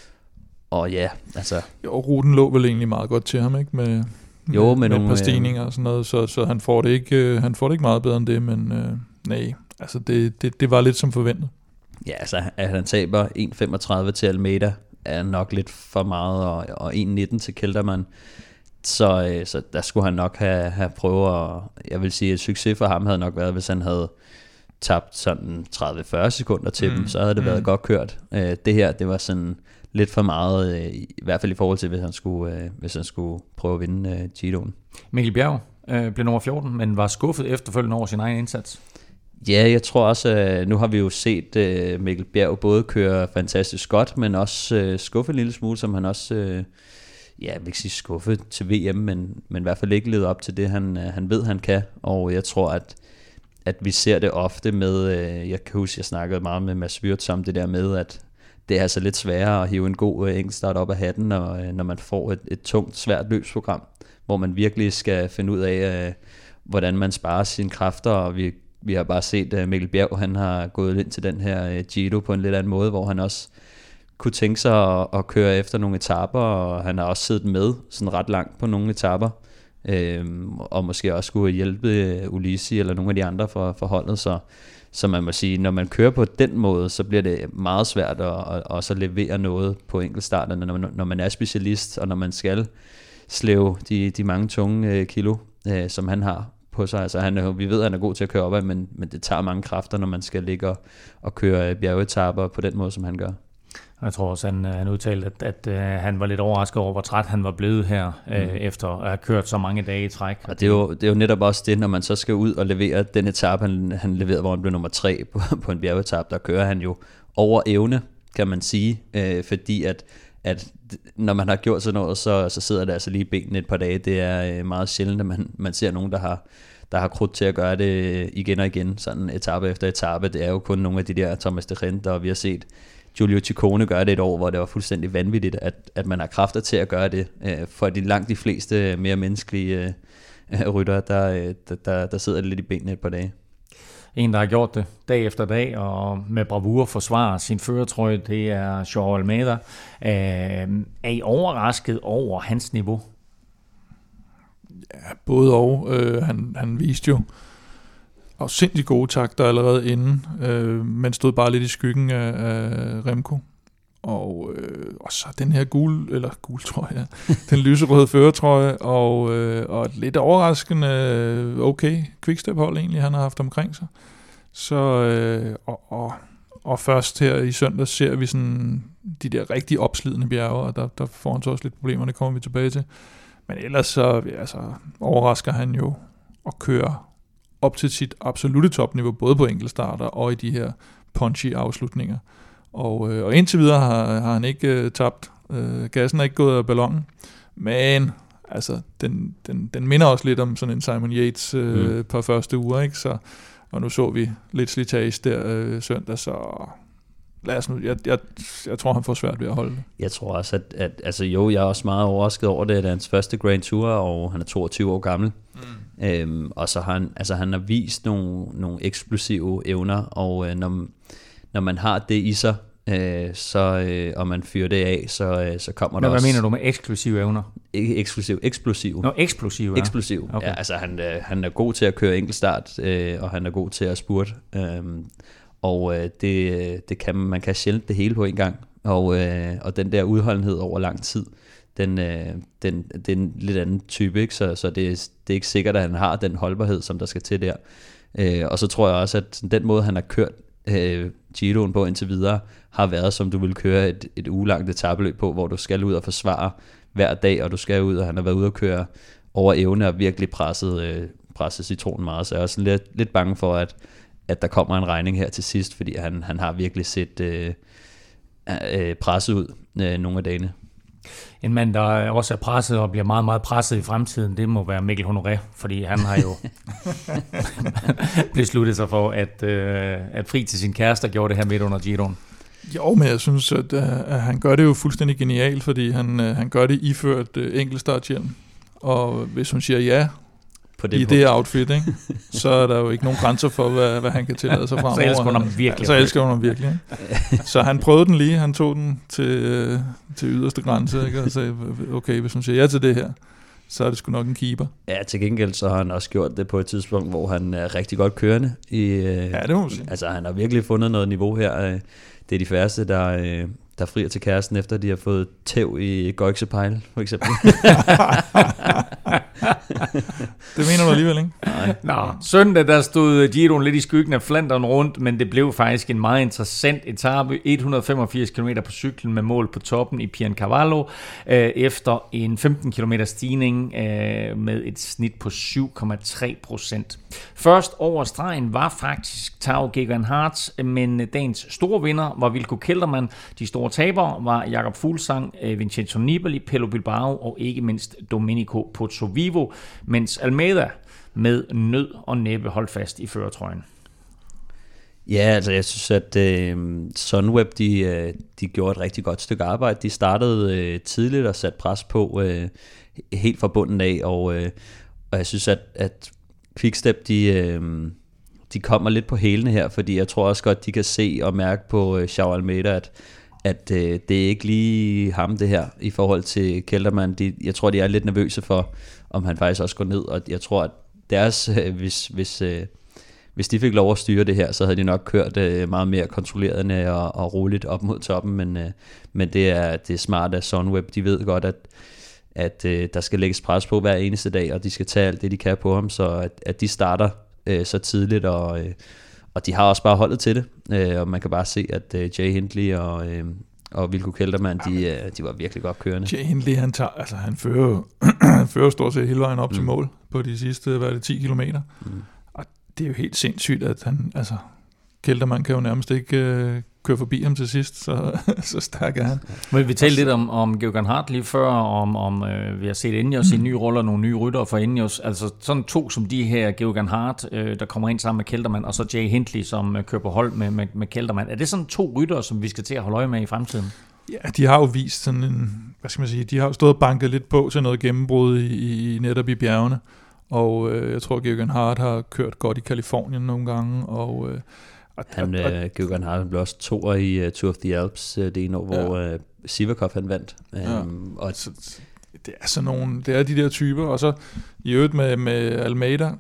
og ja, altså... Jo, ruten lå vel egentlig meget godt til ham, ikke? Med, jo, med, med nogle, et par stigninger og sådan noget, så, så han, får det ikke, øh, han får det ikke meget bedre end det, men øh, nej, altså det, det, det var lidt som forventet. Ja, altså at han taber en komma femogtredive til Almeida, er nok lidt for meget, og, og en komma nitten til Kelderman. Så, så der skulle han nok have, have prøvet at, jeg vil sige, at succes for ham havde nok været, hvis han havde tabt sådan tredive til fyrre sekunder til mm. dem, så havde det været mm. godt kørt. Det her, det var sådan lidt for meget, i hvert fald i forhold til, hvis han skulle, hvis han skulle prøve at vinde Giroen. Mikkel Bjerg øh, blev nummer fjorten, men var skuffet efterfølgende over sin egen indsats. Ja, jeg tror også, nu har vi jo set Mikkel Bjerg både køre fantastisk godt, men også skuffe en lille smule, som han også... Ja, jeg vil ikke sige skuffet til V M, men, men i hvert fald ikke levet op til det, han, han ved, han kan. Og jeg tror, at, at vi ser det ofte med, jeg kan huske, jeg snakkede meget med Mads Wirtz om det der med, at det er altså lidt sværere at hive en god enkeltstart op af hatten, når, når man får et, et tungt, svært løbsprogram, hvor man virkelig skal finde ud af, hvordan man sparer sine kræfter. Og vi, vi har bare set, at Mikkel Bjerg, han har gået ind til den her Giro på en lidt anden måde, hvor han også kunne tænke sig at, at køre efter nogle etaper, og han har også siddet med sådan ret langt på nogle etaper, øhm, og måske også skulle hjælpe Ulissi eller nogle af de andre for, for holdet, så, så man må sige, når man kører på den måde, så bliver det meget svært at, at også levere noget på enkeltstarterne, når man, når man er specialist, og når man skal slæve de, de mange tunge kilo, øh, som han har på sig. Altså, han er, vi ved, at han er god til at køre opad, men, men det tager mange kræfter, når man skal ligge og, og køre bjergetapper på den måde, som han gør. Jeg tror også, han, han udtalte, at, at, at han var lidt overrasket over, hvor træt han var blevet her, mm. øh, efter at have kørt så mange dage i træk. Og det er, jo, det er jo netop også det, når man så skal ud og levere den etape, han, han leverede, hvor han blev nummer tre på, på en bjergetape, der kører han jo over evne, kan man sige, øh, fordi at, at når man har gjort sådan noget, så, så sidder det altså lige i benene et par dage. Det er øh, meget sjældent, at man, man ser nogen, der har, der har krudt til at gøre det igen og igen, sådan etape efter etape. Det er jo kun nogle af de der Thomas de Gendt, og vi har set Giulio Ciccone gøre det et år, hvor det var fuldstændig vanvittigt, at, at man har kræfter til at gøre det. For de langt de fleste mere menneskelige øh, rytter, der, der, der sidder det lidt i benene et par dage. En, der har gjort det dag efter dag, og med bravur forsvarer sin førertrøje, det er Joao Almeida. Er I overrasket over hans niveau? Ja, både og. Øh, han, han viste jo og sindssygt gode takter allerede inden, øh, men stod bare lidt i skyggen af, af Remco. Og, øh, og så den her gul, eller gul trøje, den lyserøde førertrøje, og, øh, og et lidt overraskende okay quickstep-hold egentlig, han har haft omkring sig. Så, øh, og, og, og først her i søndag ser vi sådan de der rigtig opslidende bjerge, og der, der får han så også lidt problemer, det kommer vi tilbage til. Men ellers så altså, overrasker han jo at køre op til sit absolutte topniveau, både på enkeltstarter og i de her punchy afslutninger. Og, øh, og indtil videre har, har han ikke øh, tabt. Øh, gassen er ikke gået af ballonen, men altså, den, den, den minder også lidt om sådan en Simon Yates øh, mm. på første uger, ikke? Så, og nu så vi lidt slitage der øh, søndag, så lad os nu, jeg, jeg, jeg tror, han får svært ved at holde det. Jeg tror også, at, at altså, jo, jeg er også meget overrasket over det, at det er hans første Grand Tour, og han er toogtyve år gammel. Mm. Øhm, og så har han, altså, han har vist nogle, nogle eksplosive evner, og øh, når, når man har det i sig, øh, så, øh, og man fyrer det af, så, øh, så kommer Men der hvad også... mener du med eksklusive evner? Ikke eksplosiv, eksplosiv. Nå, eksplosiv, ja. Eksplosiv, okay. ja. Altså, han, øh, han er god til at køre enkeltstart, øh, og han er god til at spurte. Øh, og øh, det, det kan man kan sjældent det hele på en gang. Og, øh, og den der udholdenhed over lang tid, den, øh, den, det er en lidt anden type, ikke? Så, så det, er, det er ikke sikkert, at han har den holdbarhed, som der skal til der. Øh, og så tror jeg også, at den måde, han har kørt øh, Giroen på indtil videre, har været, som du vil køre et, et ugelangt etapeløb på, hvor du skal ud og forsvare hver dag, og du skal ud, og han har været ude at køre over evne og virkelig presset, øh, presset citronen meget. Så jeg er også lidt, lidt bange for, at, at der kommer en regning her til sidst, fordi han, han har virkelig set øh, øh, presset ud øh, nogle af dagene. En mand, der også er presset og bliver meget, meget presset i fremtiden, det må være Mikkel Honoré, fordi han har jo besluttet sig for at, øh, at fri til sin kæreste og gjorde det her midt under Giroen. Jo, men jeg synes, at, at han gør det jo fuldstændig genialt, fordi han, han gør det iført uh, enkeltstarthjelm. Og hvis hun siger ja på det i punkt. Det outfit, ikke, så er der jo ikke nogen grænser for, hvad, hvad han kan tillade sig fremover. Så elsker hun ham virkelig. Så elsker hun ham virkelig. Ikke? Så han prøvede den lige, han tog den til, til yderste grænse, ikke, og sagde, okay, hvis hun siger ja til det her, så er det sgu nok en keeper. Ja, til gengæld så har han også gjort det på et tidspunkt, hvor han er rigtig godt kørende. I, ja, det må man sige. Altså, han har virkelig fundet noget niveau her. Det er de færreste, der, der frier til kæresten, efter de har fået tæv i Goixepejl, for eksempel. Det mener du alligevel, ikke? Nej. Nå, søndag der stod Giroen lidt i skyggen af Flandern rundt, men det blev faktisk en meget interessant etape. et hundrede og femogfirs kilometer på cyklen med mål på toppen i Piancavallo, øh, efter en femten kilometer stigning øh, med et snit på syv komma tre procent. Først over stregen var faktisk Tao Geoghegan Hart, men dagens store vinder var Wilco Kelderman. De store tabere var Jakob Fuglsang, Vincenzo Nibali, Pello Bilbao og ikke mindst Domenico Pozzovivo, mens Almeida med nød og næppe holdt fast i førertrøjen. Ja, altså jeg synes, at øh, Sunweb, de, øh, de gjorde et rigtig godt stykke arbejde. De startede øh, tidligt og satte pres på øh, helt fra bunden af, og, øh, og jeg synes, at, at Quickstep, de, øh, de kommer lidt på hælene her, fordi jeg tror også godt, de kan se og mærke på øh, Joao Almeida, at at øh, det er ikke lige ham det her i forhold til Kelderman. De, jeg tror, de er lidt nervøse for, om han faktisk også går ned, og jeg tror, at deres, øh, hvis, hvis, øh, hvis de fik lov at styre det her, så havde de nok kørt øh, meget mere kontrollerende og, og roligt op mod toppen, men, øh, men det, er, det er smart af Sunweb. De ved godt, at, at øh, der skal lægges pres på hver eneste dag, og de skal tage alt det, de kan på ham, så at, at de starter øh, så tidligt, og, øh, og de har også bare holdet til det, øh, og man kan bare se, at øh, Jay Hindley og, øh, og Wilco Kelderman, de, øh, de var virkelig godt kørende. Jay Hindley, han, tager, altså, han, fører, han fører stort set hele vejen op mm. til mål på de sidste, hvad er det, ti kilometer, mm. og det er jo helt sindssygt, at han, altså, Kelderman kan jo nærmest ikke øh, køre forbi ham til sidst, så, så stærk er han. Men vi talte lidt om, om Geoghan Hart lige før, om, om øh, vi har set Ineos mm. i nye roller, nogle nye ryttere for Ineos, altså sådan to som de her, Geoghan Hart, øh, der kommer ind sammen med Kelderman, og så Jay Hindley, som øh, kører på hold med, med, med Kelderman. Er det sådan to ryttere, som vi skal til at holde øje med i fremtiden? Ja, de har jo vist sådan en, hvad skal man sige, de har jo stået og banket lidt på til noget gennembrud i, i netop i bjergene, og øh, jeg tror, Geoghan Hart har kørt godt i Kalifornien nogle gange, og øh, Han, uh, Geoghan Hart blev også toer i uh, Tour of the Alps uh, det ene år, ja. hvor uh, Sivakov han vandt. Um, ja. og så, det er sådan nogle, det er de der typer, og så i øvrigt med, med Almeida,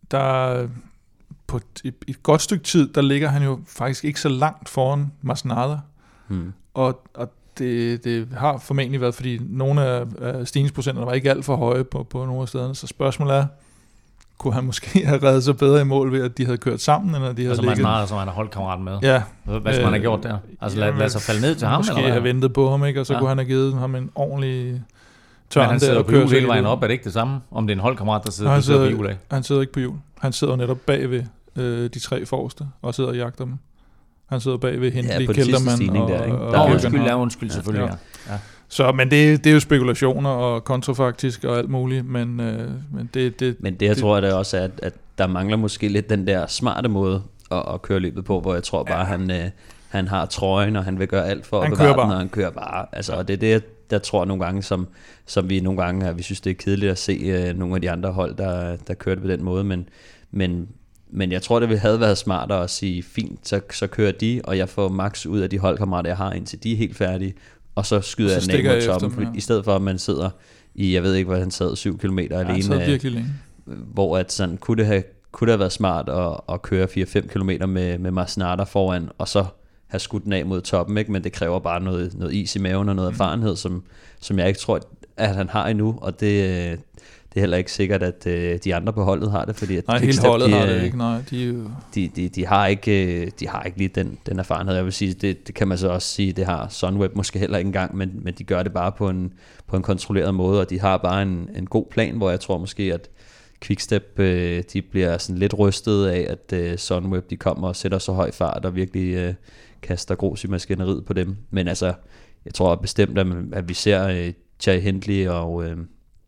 der på et, et, et godt stykke tid, der ligger han jo faktisk ikke så langt foran Masnada, hmm. og, og det, det har formentlig været, fordi nogle af, af stigningsprocenterne var ikke alt for høje på, på nogle af stederne, så spørgsmålet er, kunne han måske have reddet sig bedre i mål ved, at de havde kørt sammen, end at de havde altså, ligget... Altså meget, som han har holdkammerat med. Ja. Hvad skal øh, man have gjort der? Altså lad, lad sig falde ned til ham? Måske eller have ventet på ham, ikke? Og så ja. kunne han have givet ham en ordentlig tørn. Men han sidder på hjul hele vejen op, er det ikke det samme? Om det er en holdkammerat, der sidder, han sidder på hjul af? Han sidder ikke på hjul. Han sidder netop bagved øh, de tre forreste, og sidder og jagter dem. Han sidder bagved Hindley, ja, Kelderman og... Der, ikke? Og, og, og undskyld, ja, undskyld selvfølgelig, ja. ja. Så, men det, det er jo spekulationer og kontrafaktisk og alt muligt, men, øh, men det, det... Men det, jeg det, tror, det også er, at, at der mangler måske lidt den der smarte måde at, at køre løbet på, hvor jeg tror bare, ja. han, øh, han har trøjen, og han vil gøre alt for at bevare den, og han kører bare. Altså, og det er det, der tror nogle gange, som, som vi nogle gange, vi synes, det er kedeligt at se øh, nogle af de andre hold, der, der kørte på den måde, men, men, men jeg tror, det havde været smartere at sige, fint, så, så kører de, og jeg får max ud af de holdkammerater, jeg har, indtil de er helt færdige, og så skyder og så jeg den af mod toppen, dem, ja. I stedet for at man sidder i, jeg ved ikke hvad han sad, syv kilometer ja, alene, han sad virkelig længe. Hvor at sådan, kunne det have, kunne det have været smart at, at køre fire til fem kilometer med, med Masnada foran, og så have skudt den af mod toppen, ikke? Men det kræver bare noget, noget is i maven og noget mm. erfarenhed, som, som jeg ikke tror, at han har endnu, og det, det er heller ikke sikkert, at uh, de andre på holdet har det, fordi at nej, hele holdet de, har det ikke, nej. De, jo... de, de, de, har ikke, de har ikke lige den, den erfarenhed, jeg vil sige, det, det kan man så også sige, det har Sunweb måske heller ikke engang, men, men de gør det bare på en, på en kontrolleret måde, og de har bare en, en god plan, hvor jeg tror måske, at Quickstep, øh, de bliver sådan lidt rystet af, at øh, Sunweb, de kommer og sætter så høj fart, og virkelig øh, kaster grus i maskineriet på dem, men altså, jeg tror bestemt, at, at vi ser øh, Jay Hindley og... Øh,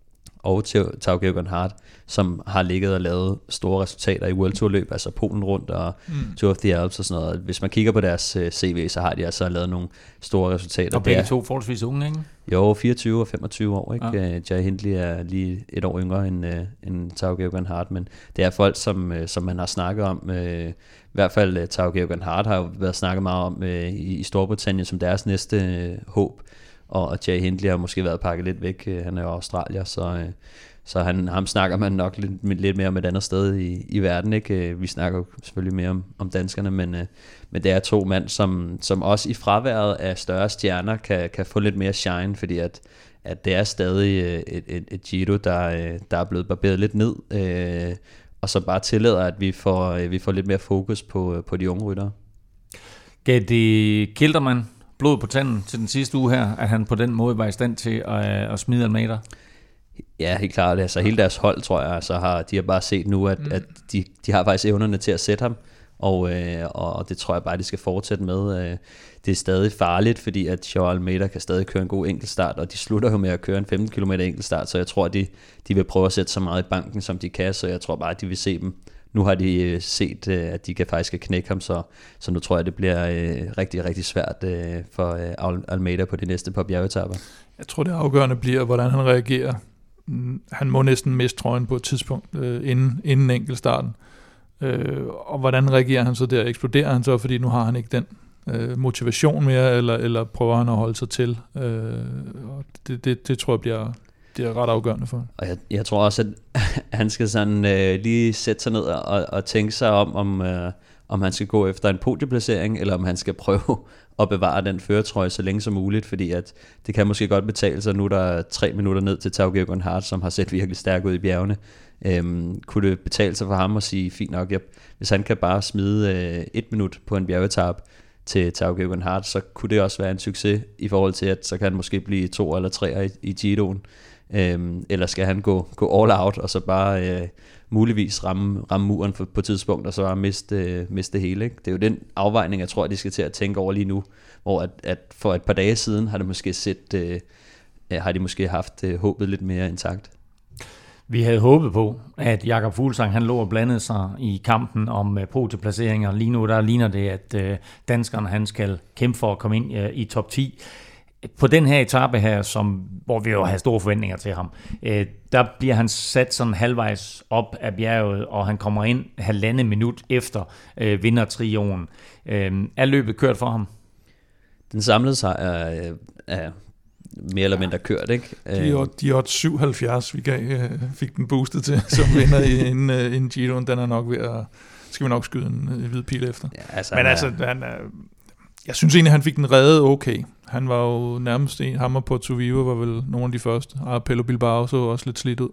og Tao Geoghan Hart, som har ligget og lavet store resultater i World Tour løb, altså Polen rundt og mm. Tour of the Alps og sådan noget. Hvis man kigger på deres uh, C V, så har de altså lavet nogle store resultater. Og begge to forholdsvis unge, ikke? Jo, fireogtyve og femogtyve år, ikke? Ja. Uh, Jay Hindley er lige et år yngre end, uh, end Tao Geoghan Hart, men det er folk, som, uh, som man har snakket om. Uh, I hvert fald uh, Tao Geoghan Hart har jo været snakket meget om uh, i, i Storbritannien som deres næste uh, håb. Og Jay Hindley har måske været pakket lidt væk. Han er jo australier, så, så han, ham snakker man nok lidt, lidt mere om et andet sted i, i verden. Ikke? Vi snakker jo selvfølgelig mere om, om danskerne, men, men det er to mand, som, som også i fraværet af større stjerner kan, kan få lidt mere shine, fordi at, at det er stadig et, et, et Giro, der, der er blevet barberet lidt ned, og så bare tillader, at vi får, vi får lidt mere fokus på, på de unge ryttere. Gav det Kelderman blod på tanden til den sidste uge her, at han på den måde var i stand til at, at smide Almeida? Ja, helt klart. Altså hele deres hold, tror jeg, så har de har bare set nu, at, mm. at de, de har faktisk evnerne til at sætte ham, og, øh, og det tror jeg bare, de skal fortsætte med. Det er stadig farligt, fordi at Joao Almeida kan stadig køre en god enkeltstart, og de slutter jo med at køre en femten kilometer enkeltstart, så jeg tror, de, de vil prøve at sætte så meget i banken, som de kan, så jeg tror bare, at de vil se dem. Nu har de set, at de kan faktisk knække ham, så, så nu tror jeg, det bliver øh, rigtig, rigtig svært øh, for øh, Almeida på de næste par bjergetapper. Jeg tror, det afgørende bliver, hvordan han reagerer. Han må næsten miste trøjen på et tidspunkt øh, inden, inden enkeltstarten. Øh, og hvordan reagerer han så der? Eksploderer han så, fordi nu har han ikke den øh, motivation mere, eller, eller prøver han at holde sig til? Øh, og det, det, det tror jeg bliver... Det er ret afgørende for. Og jeg, jeg tror også, at han skal sådan øh, lige sætte sig ned og, og tænke sig om, om, øh, om han skal gå efter en podieplacering, eller om han skal prøve at bevare den førertrøje så længe som muligt, fordi at det kan måske godt betale sig. Nu der er tre minutter ned til Tao Geoghegan Hart, som har set virkelig stærk ud i bjergene. Øhm, kunne det betale sig for ham at sige, fint nok, jeg, hvis han kan bare smide øh, et minut på en bjergetap til Tao Geoghegan Hart, så kunne det også være en succes i forhold til, at så kan han måske blive to eller tre i, i Giroen. Øhm, eller skal han gå, gå all out og så bare øh, muligvis ramme, ramme muren for, på et tidspunkt og så bare miste, øh, miste det hele, ikke? Det er jo den afvejning, jeg tror, at de skal til at tænke over lige nu, hvor at, at for et par dage siden har det måske set, øh, har de måske haft øh, håbet lidt mere intakt. Vi havde håbet på, at Jakob Fuglsang han lå og blandede sig i kampen om uh, podieplaceringer. Lige nu der ligner det, at uh, danskerne han skal kæmpe for at komme ind uh, i top ti. På den her etape her, som, hvor vi jo har store forventninger til ham, uh, der bliver han sat sådan halvvejs op af bjerget, og han kommer ind halvandet minut efter uh, vindertrioen. Uh, er løbet kørt for ham? Den samlede sig er, er mere eller mindre kørt, ikke? De er, de er syvoghalvfjerds, vi gav, fik den boostet til, som vinder i en, en Giroen. Den er nok ved at, skal vi nok skyde en hvid pil efter. Ja, altså, Men altså, han er, jeg synes egentlig, han fik den reddet okay. Han var jo nærmest en, ham og Porto Vivo var vel nogle af de første. Arapello Bilbao så også lidt slidt ud.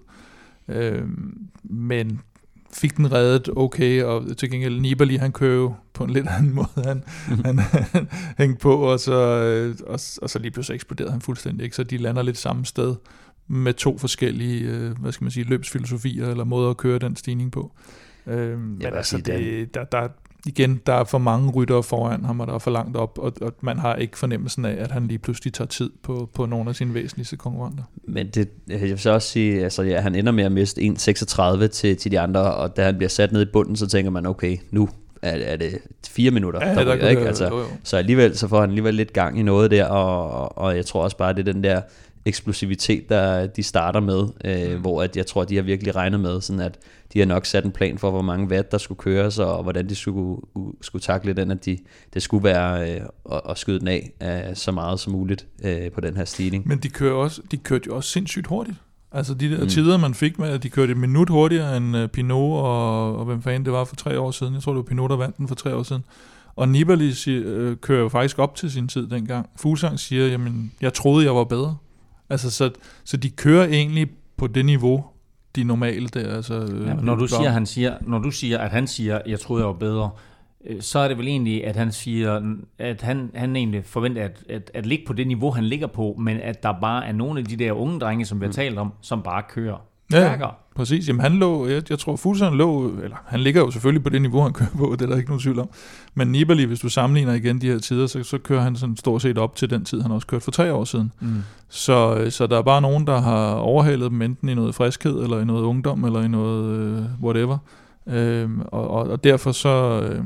Øhm, men fik den reddet okay, og til gengæld Nibali, han kører jo på en lidt anden måde, han, mm-hmm. han, han hængte på, og så, og, og så lige pludselig eksploderede han fuldstændig, ikke? Så de lander lidt samme sted, med to forskellige, hvad skal man sige, løbsfilosofier, eller måder at køre den stigning på. Øhm, men altså, det, der, der, igen, der er for mange ryttere foran ham, og der er for langt op, og, og man har ikke fornemmelsen af, at han lige pludselig tager tid på, på nogle af sine væsentligste konkurrenter. Men det, jeg vil så også sige, altså ja, han ender med at miste en komma seksogtredive til, til de andre, og da han bliver sat ned i bunden, så tænker man, okay, nu er, er det fire minutter, ja, der der ryger, ikke? Altså, jo, jo. Så alligevel, så får han alligevel lidt gang i noget der, og, og jeg tror også bare, det er den der eksplosivitet, der de starter med, øh, mm. hvor at jeg tror, de har virkelig regnet med, sådan at de har nok sat en plan for, hvor mange watt der skulle køres, og hvordan de skulle, skulle takle den, at de, det skulle være øh, at, at skyde den af øh, så meget som muligt øh, på den her stigning. Men de, kører også, de kørte jo også sindssygt hurtigt. Altså de der mm. tider, man fik med, at de kørte et minut hurtigere end uh, Pinot, og, og hvem fanden det var for tre år siden. Jeg tror, det var Pinot, der vandt den for tre år siden. Og Nibali øh, kører jo faktisk op til sin tid dengang. Fuglsang siger, jamen, jeg troede, jeg var bedre. Altså, så, så de kører egentlig på det niveau, de normale der. Altså, ja, når, du siger, han siger, når du siger, at han siger, jeg troede, jeg var bedre, så er det vel egentlig, at han siger, at han, han egentlig forventer at, at, at ligge på det niveau, han ligger på, men at der bare er nogle af de der unge drenge, som vi har talt om, som bare kører stærkere. Ja, præcis. Jamen han lå, jeg, jeg tror Fuglsang lå, eller han ligger jo selvfølgelig på det niveau, han kører på, det er der ikke nogen tvivl om. Men Nibali, hvis du sammenligner igen de her tider, så, så kører han sådan stort set op til den tid, han også kørte for tre år siden. Mm. Så, så der er bare nogen, der har overhalet dem enten i noget friskhed, eller i noget ungdom, eller i noget øh, whatever. Øh, og, og, og derfor så... Øh,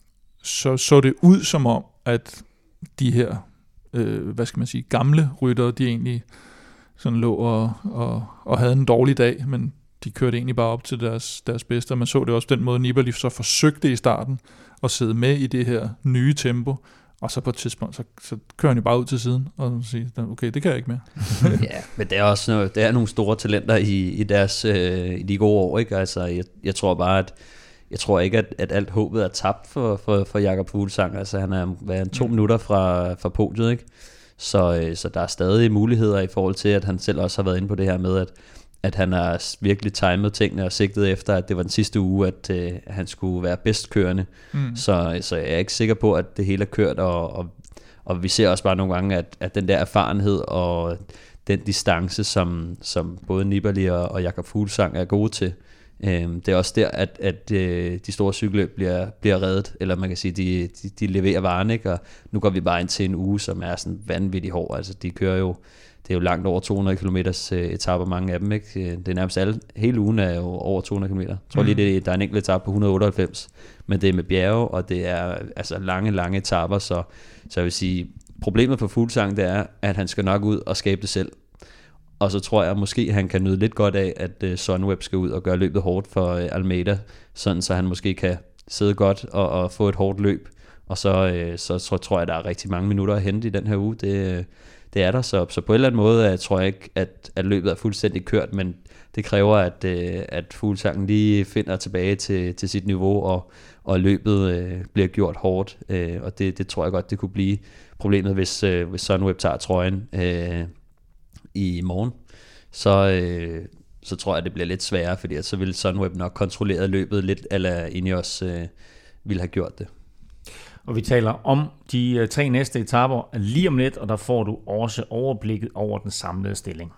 så så det ud som om, at de her, øh, hvad skal man sige, gamle ryttere, de egentlig sådan lå og, og, og havde en dårlig dag, men de kørte egentlig bare op til deres, deres bedste, og man så det også den måde, Nibali så forsøgte i starten at sidde med i det her nye tempo, og så på et tidspunkt, så, så kører han jo bare ud til siden, og siger, okay, det kan jeg ikke mere. Ja, men det er også noget, det er nogle store talenter i, i deres øh, i de gode år, ikke? Altså, jeg, jeg tror bare, at Jeg tror ikke, at, at alt håbet er tabt for, for, for Jakob Fuglsang. Altså, han er været to mm. minutter fra, fra podiet, ikke? Så, så der er stadig muligheder i forhold til, at han selv også har været inde på det her med, at, at han har virkelig timet tingene og sigtet efter, at det var den sidste uge, at, at han skulle være bedstkørende. Mm. Så, så jeg er ikke sikker på, at det hele er kørt, og, og, og vi ser også bare nogle gange, at, at den der erfarenhed og den distance, som, som både Nibali og, og Jakob Fuglsang er gode til, det er også der, at, at de store cykelløb bliver, bliver reddet, eller man kan sige, de, de, de leverer varen, ikke? Og nu går vi bare ind til en uge, som er sådan vanvittigt hård. Altså, de kører jo, det er jo langt over to hundrede kilometers etaper, mange af dem, ikke? Det er nærmest alle, hele ugen er jo over to hundrede kilometer. Jeg tror lige, det, der er en enkelt etape på et hundrede og otteoghalvfems, men det er med bjerge, og det er altså lange, lange etaper, så, så jeg vil sige, problemet for Fuglsang, det er, at han skal nok ud og skabe det selv. Og så tror jeg at måske, han kan nyde lidt godt af, at uh, Sunweb skal ud og gøre løbet hårdt for uh, Almeida, sådan så han måske kan sidde godt og, og få et hårdt løb. Og så, uh, så, så tror jeg, der er rigtig mange minutter at hente i den her uge. Det, uh, det er der, så, så på en eller anden måde uh, tror jeg ikke, at, at løbet er fuldstændig kørt, men det kræver, at, uh, at Fuglsangen lige finder tilbage til, til sit niveau og, og løbet øh, bliver gjort hårdt, øh, og det, det tror jeg godt, det kunne blive problemet, hvis, øh, hvis Sunweb tager trøjen øh, i morgen. Så, øh, så tror jeg, det bliver lidt sværere, fordi at så vil Sunweb nok kontrollere løbet lidt, eller Ineos øh, ville have gjort det. Og vi taler om de uh, tre næste etaper lige om lidt, og der får du også overblikket over den samlede stilling.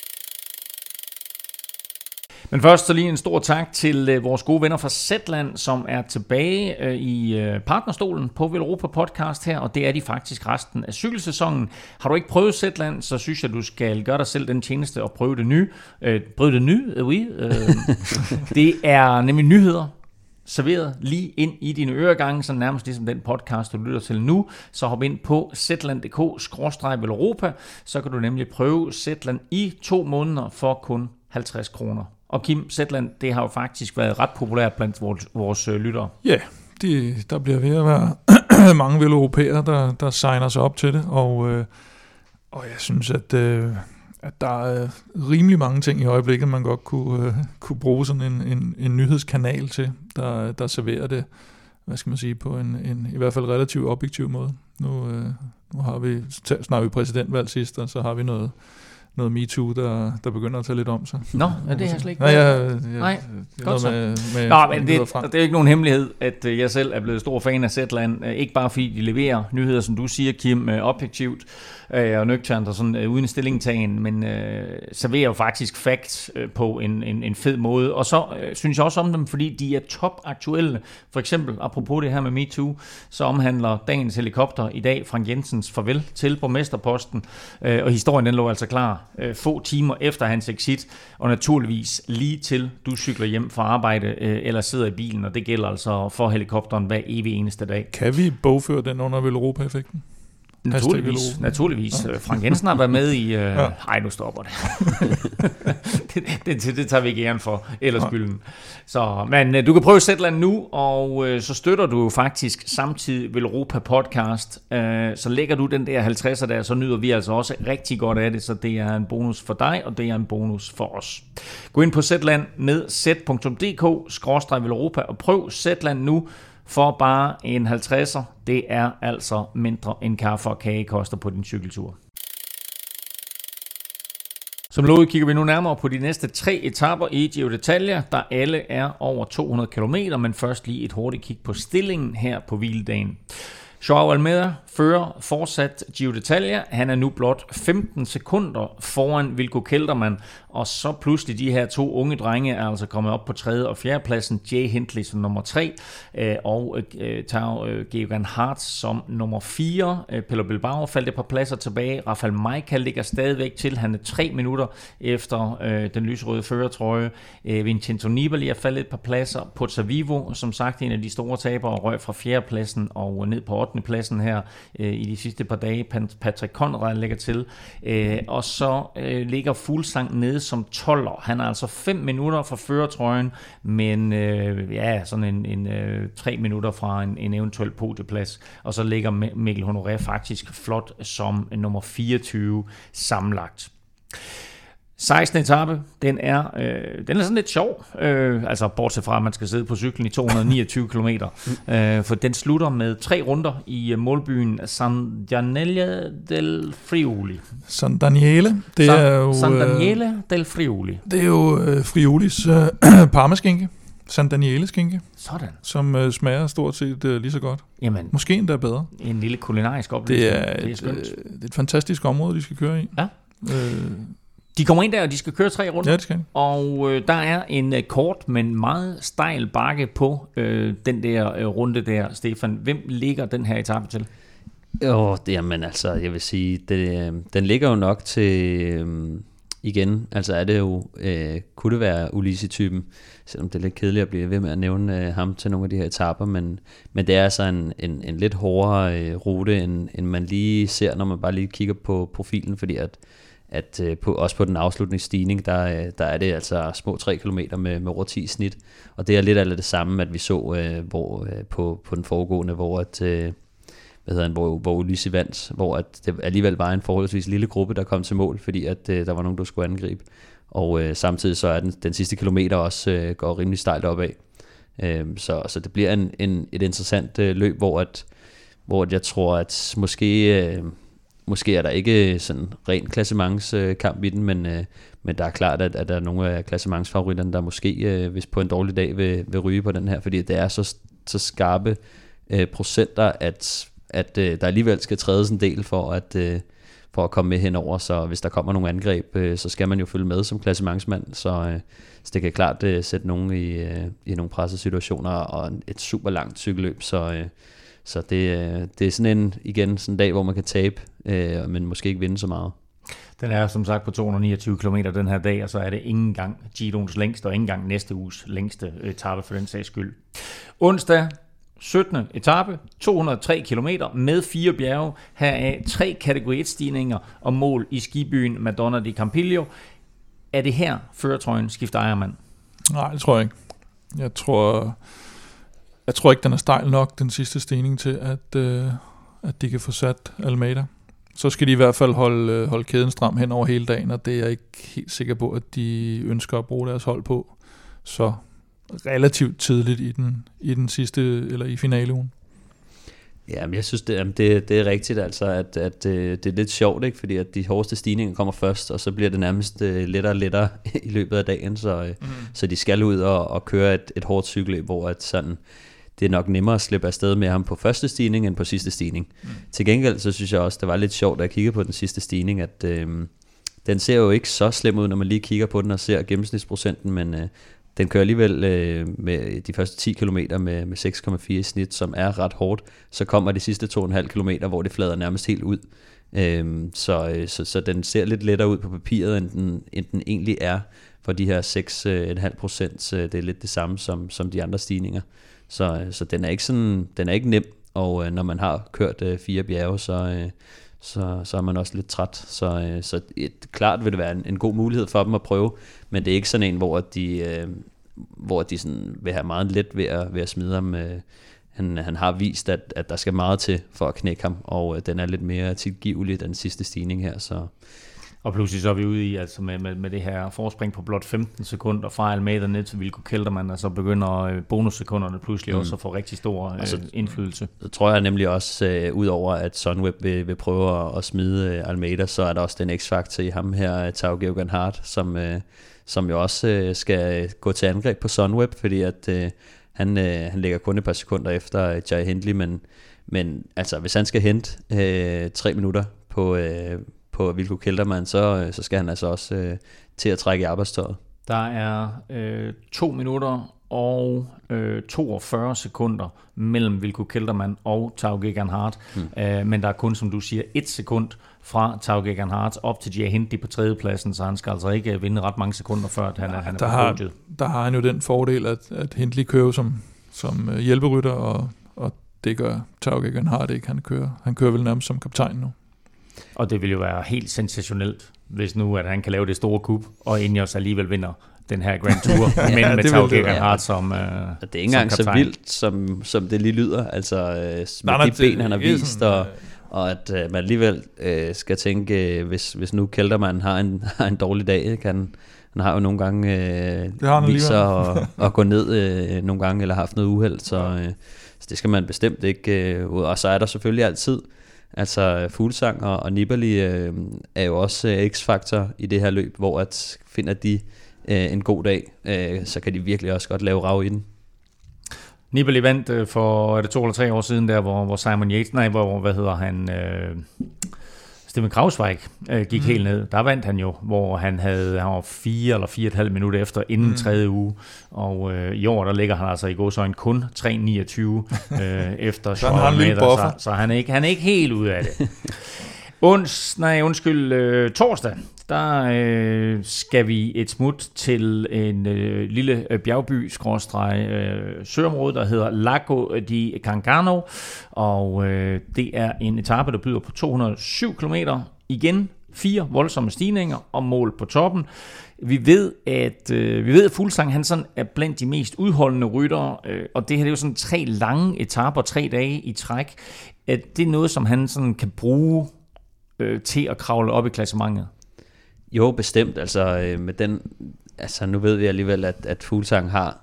Men først så lige en stor tak til uh, vores gode venner fra Zetland, som er tilbage uh, i uh, partnerstolen på Velropa Podcast her, og det er de faktisk resten af cykelsæsonen. Har du ikke prøvet Zetland, så synes jeg, du skal gøre dig selv den tjeneste og prøve det nye. Uh, prøve det nye, uh, oui. Uh, det er nemlig nyheder, serveret lige ind i dine øregange, så nærmest ligesom den podcast, du lytter til nu. Så hop ind på zetland punktum d k skråstreg velropa, så kan du nemlig prøve Zetland i to måneder for kun halvtreds kroner. Og Kim, Zetland, det har jo faktisk været ret populært blandt vores, vores lyttere. Ja, de, der bliver ved at være mange veleuropæere, der, der signer sig op til det, og, øh, og jeg synes, at, øh, at der er rimelig mange ting i øjeblikket, man godt kunne, øh, kunne bruge sådan en, en, en nyhedskanal til, der, der serverer det, hvad skal man sige, på en, en i hvert fald relativt objektiv måde. Nu, øh, nu har vi, snart vi præsidentvalg sidst, og så har vi noget noget MeToo, der, der begynder at tage lidt om sig. Nå, er det her slet ikke? Nej, jeg, jeg, Nej, godt så. Med, med Nå, men det, det er ikke nogen hemmelighed, at jeg selv er blevet stor fan af Zetland. Ikke bare fordi de leverer nyheder, som du siger, Kim, objektivt og nøgternt og sådan uden stillingtagen, men øh, serverer jo faktisk facts øh, på en, en, en fed måde. Og så øh, synes jeg også om dem, fordi de er top aktuelle. For eksempel, apropos det her med MeToo, så omhandler dagens helikopter i dag Frank Jensens farvel til borgmesterposten, øh, og historien den lå altså klar øh, få timer efter hans exit, og naturligvis lige til du cykler hjem fra arbejde øh, eller sidder i bilen, og det gælder altså for helikopteren hver evig eneste dag. Kan vi bogføre den under Velropa-effekten? Naturligvis, naturligvis. Ja. Frank Jensen har været med i... Øh, ja. Ej, nu stopper det. det, det. Det tager vi ikke æren for, eller skylden. Så, men øh, du kan prøve Zetland nu, og øh, så støtter du jo faktisk samtidig Velropa Podcast. Øh, så lægger du den der halvtredser der, så nyder vi altså også rigtig godt af det, så det er en bonus for dig, og det er en bonus for os. Gå ind på Zetland med zet punktum d k skråstreg velropa og prøv Zetland nu, for bare en halvtredser. Det er altså mindre end kaffe og kage koster på din cykeltur. Som lovet kigger vi nu nærmere på de næste tre etaper i Giro d'Italia, der alle er over to hundrede kilometer, men først lige et hurtigt kig på stillingen her på hviledagen. Joao Almeida fører fortsat Giro d'Italia. Han er nu blot femten sekunder foran Wilco Kelderman, og så pludselig de her to unge drenge er altså kommet op på tredje og fjerde pladsen. Jay Hindley som nummer tre, og Tao Geoghegan Hart som nummer fire. Pello Bilbao faldt et par pladser tilbage. Rafael Majka ligger stadigvæk til. Han er tre minutter efter den lysrøde førertrøje. Vincenzo Nibali er faldet et par pladser. Pozzovivo, som sagt en af de store tabere, røg fra fjerde pladsen og ned på ottende pladsen her øh, i de sidste par dage. Patrick Conrad ligger til. Øh, og så øh, ligger Fuglsang nede som tolver. Han er altså fem minutter fra førertrøjen, men øh, ja, sådan en, en øh, tre minutter fra en, en eventuel podieplads. Og så ligger Mikkel Honoré faktisk flot som nummer fireogtyve sammenlagt. sekstende etape, den er, øh, den er sådan lidt sjov, øh, altså bortset fra, at man skal sidde på cyklen i to hundrede niogtyve kilometer, øh, for den slutter med tre runder i målbyen San Daniele del Friuli. San Daniele, det San, er jo... San Daniele del Friuli. Det er jo øh, Friulis øh, parmaskinke, San Daniele skinke, sådan, som øh, smager stort set øh, lige så godt. Jamen, måske endda bedre. En lille kulinarisk oplevelse. Det er, det er, et, øh, det er et fantastisk område, de skal køre i. Ja. Øh, De kommer ind der, og de skal køre tre runder. Ja, det skal. Og øh, der er en øh, kort, men meget stejl bakke på øh, den der øh, runde der, Stefan. Hvem ligger den her etape til? Jo, det, jamen altså, jeg vil sige, det, øh, den ligger jo nok til, øh, igen, altså er det jo, øh, kunne det være Ulissi-typen, selvom det er lidt kedeligt at blive ved med at nævne øh, ham til nogle af de her etaper, men, men det er altså en, en, en lidt hårdere øh, rute, end, end man lige ser, når man bare lige kigger på profilen, fordi at at øh, på, også på den afslutningsstigning, der, der er det altså små tre kilometer med, med over ti snit, og det er lidt af det samme, at vi så øh, hvor, øh, på, på den foregående, hvor, at, øh, hvad hedder han, hvor, hvor Ulissi vandt, hvor at det alligevel var en forholdsvis lille gruppe, der kom til mål, fordi at, øh, der var nogen, der skulle angribe, og øh, samtidig så er den, den sidste kilometer også øh, går rimelig stejlt opad. Øh, så, så det bliver en, en, et interessant øh, løb, hvor, at, hvor jeg tror, at måske, øh, måske er der ikke sådan ren klassementskamp i den, men, øh, men der er klart, at, at der er nogle af klassementsfavoritterne, der måske, øh, hvis på en dårlig dag, vil, vil ryge på den her, fordi det er så, så skarpe øh, procenter, at, at øh, der alligevel skal trædes en del for at, øh, for at komme med henover, så hvis der kommer nogle angreb, øh, så skal man jo følge med som klassementsmand, så, øh, så det kan klart øh, sætte nogen i, øh, i nogle pressesituationer, og et super langt cykelløb, så, øh, så det, øh, det er sådan en, igen, sådan en dag, hvor man kan tabe, øh, men måske ikke vinde så meget. Den er som sagt på to hundrede niogtyve kilometer den her dag, og så er det ikke engang Giroens længste, og ikke engang næste uges længste etape for den sags skyld. Onsdag, syttende etape, to hundrede og tre kilometer med fire bjerge, heraf tre kategori et stigninger og mål i skibyen Madonna di Campiglio. Er det her førertrøjen skifter ejermand? Nej, det tror jeg ikke. Jeg tror, jeg tror ikke, den er stejl nok, den sidste stigning til, at, øh, at de kan få sat Almeida. Så skal de i hvert fald holde, holde kæden stram hen over hele dagen, og det er jeg ikke helt sikker på, at de ønsker at bruge deres hold på. Så relativt tidligt i den, i den sidste, eller i finaleugen. Ja, men jeg synes, det, det, det er rigtigt, altså, at, at det er lidt sjovt, ikke? Fordi at de hårdeste stigninger kommer først, og så bliver det nærmest lettere og lettere i løbet af dagen, så, mm. så de skal ud og, og køre et, et hårdt cykelløb, hvor at sådan, det er nok nemmere at slippe afsted med ham på første stigning end på sidste stigning. Mm. Til gengæld, så synes jeg også, det var lidt sjovt at kigge på den sidste stigning, at øh, den ser jo ikke så slem ud, når man lige kigger på den og ser gennemsnitsprocenten, men øh, den kører alligevel øh, med de første ti kilometer med, med seks komma fire i snit, som er ret hårdt. Så kommer de sidste to komma fem kilometer, hvor det flader nærmest helt ud. Øh, så, så, så den ser lidt lettere ud på papiret, end den, end den egentlig er for de her seks komma fem procent. Det er lidt det samme som, som de andre stigninger. Så, så den er ikke sådan, den er ikke nem, og øh, når man har kørt øh, fire bjerge, så, øh, så, så er man også lidt træt. Så, øh, så et, klart vil det være en, en god mulighed for dem at prøve, men det er ikke sådan en, hvor de, øh, hvor de sådan vil have meget let ved at, ved at smide ham. Øh, han, han har vist, at, at der skal meget til for at knække ham, og øh, den er lidt mere tilgivelig, den sidste stigning her, så... Og pludselig så er vi ude i, altså med, med, med det her forspring på blot femten sekunder fra Almeida ned til Wilco Kelderman, og så begynder bonussekunderne pludselig mm. også at få rigtig stor øh, så, indflydelse. Så tror jeg nemlig også, øh, udover at Sunweb vil, vil prøve at, at smide øh, Almeida, så er der også den x-faktor i ham her, Tao Geoghegan Hart, som, øh, som jo også øh, skal gå til angreb på Sunweb, fordi at øh, han, øh, han ligger kun et par sekunder efter Jai Hindley, men, men altså, hvis han skal hente øh, tre minutter på... Øh, på Wilco Kelderman, så, så skal han altså også øh, til at trække i arbejdstøjet. Der er øh, to minutter og øh, toogfyrre sekunder mellem Wilco Kelderman og Tao Geoghegan Hart, hmm. øh, men der er kun, som du siger, et sekund fra Tao Geoghegan Hart op til Jai Hindley på tredjepladsen, så han skal altså ikke vinde ret mange sekunder før, at han, ja, han er der på har, podiet. Der har han jo den fordel, at, at Hindley kører som, som hjælperytter, og, og det gør Tao Geoghegan Hart ikke. Han kører, han kører vel nærmest som kaptajn nu. Og det vil jo være helt sensationelt, hvis nu at han kan lave det store kup, og Ineos alligevel vinder den her Grand Tour, men ja, med Tao Geoghegan Hart som kaptajn. Uh, det er ikke engang så vildt, som, som det lige lyder, altså uh, med nej, de ben, han har vist, sådan, og, og at uh, man alligevel uh, skal tænke, uh, hvis, hvis nu Kelderman har en, har en dårlig dag, kan han har jo nogle gange uh, vist sig at, at gå ned uh, nogle gange, eller haft noget uheld, så, uh, så det skal man bestemt ikke, uh, og så er der selvfølgelig altid, altså Fuglsang og, og Nibali øh, er jo også øh, x-faktor i det her løb, hvor at finder de øh, en god dag, øh, så kan de virkelig også godt lave rav i den. Nibali vandt øh, for er det to eller tre år siden der, hvor, hvor Simon Yates, nej, hvor hvad hedder han, øh, Steven Kravsweig øh, gik mm. helt ned. Der vandt han jo, hvor han havde han var fire eller fire og et halvt minut efter inden mm. tredje uge, og øh, i år der ligger han altså i godsøjne kun tre niogtyve øh, efter så, han så, så han er ikke han er ikke helt ude af det. Ons, nej, undskyld, øh, torsdag, der øh, skal vi et smut til en øh, lille øh, bjergby, skråstreg, øh, søområde, der hedder Lago di Gargano, og øh, det er en etape, der byder på to hundrede og syv kilometer. Igen, fire voldsomme stigninger og mål på toppen. Vi ved, at øh, vi ved, at Fuglsang han sådan er blandt de mest udholdende ryttere, øh, og det her det er jo sådan tre lange etaper, tre dage i træk. At det er noget, som han sådan kan bruge til at kravle op i klassementet? Jo, bestemt. Altså, øh, med den, altså nu ved vi alligevel, at, at Fuglsang har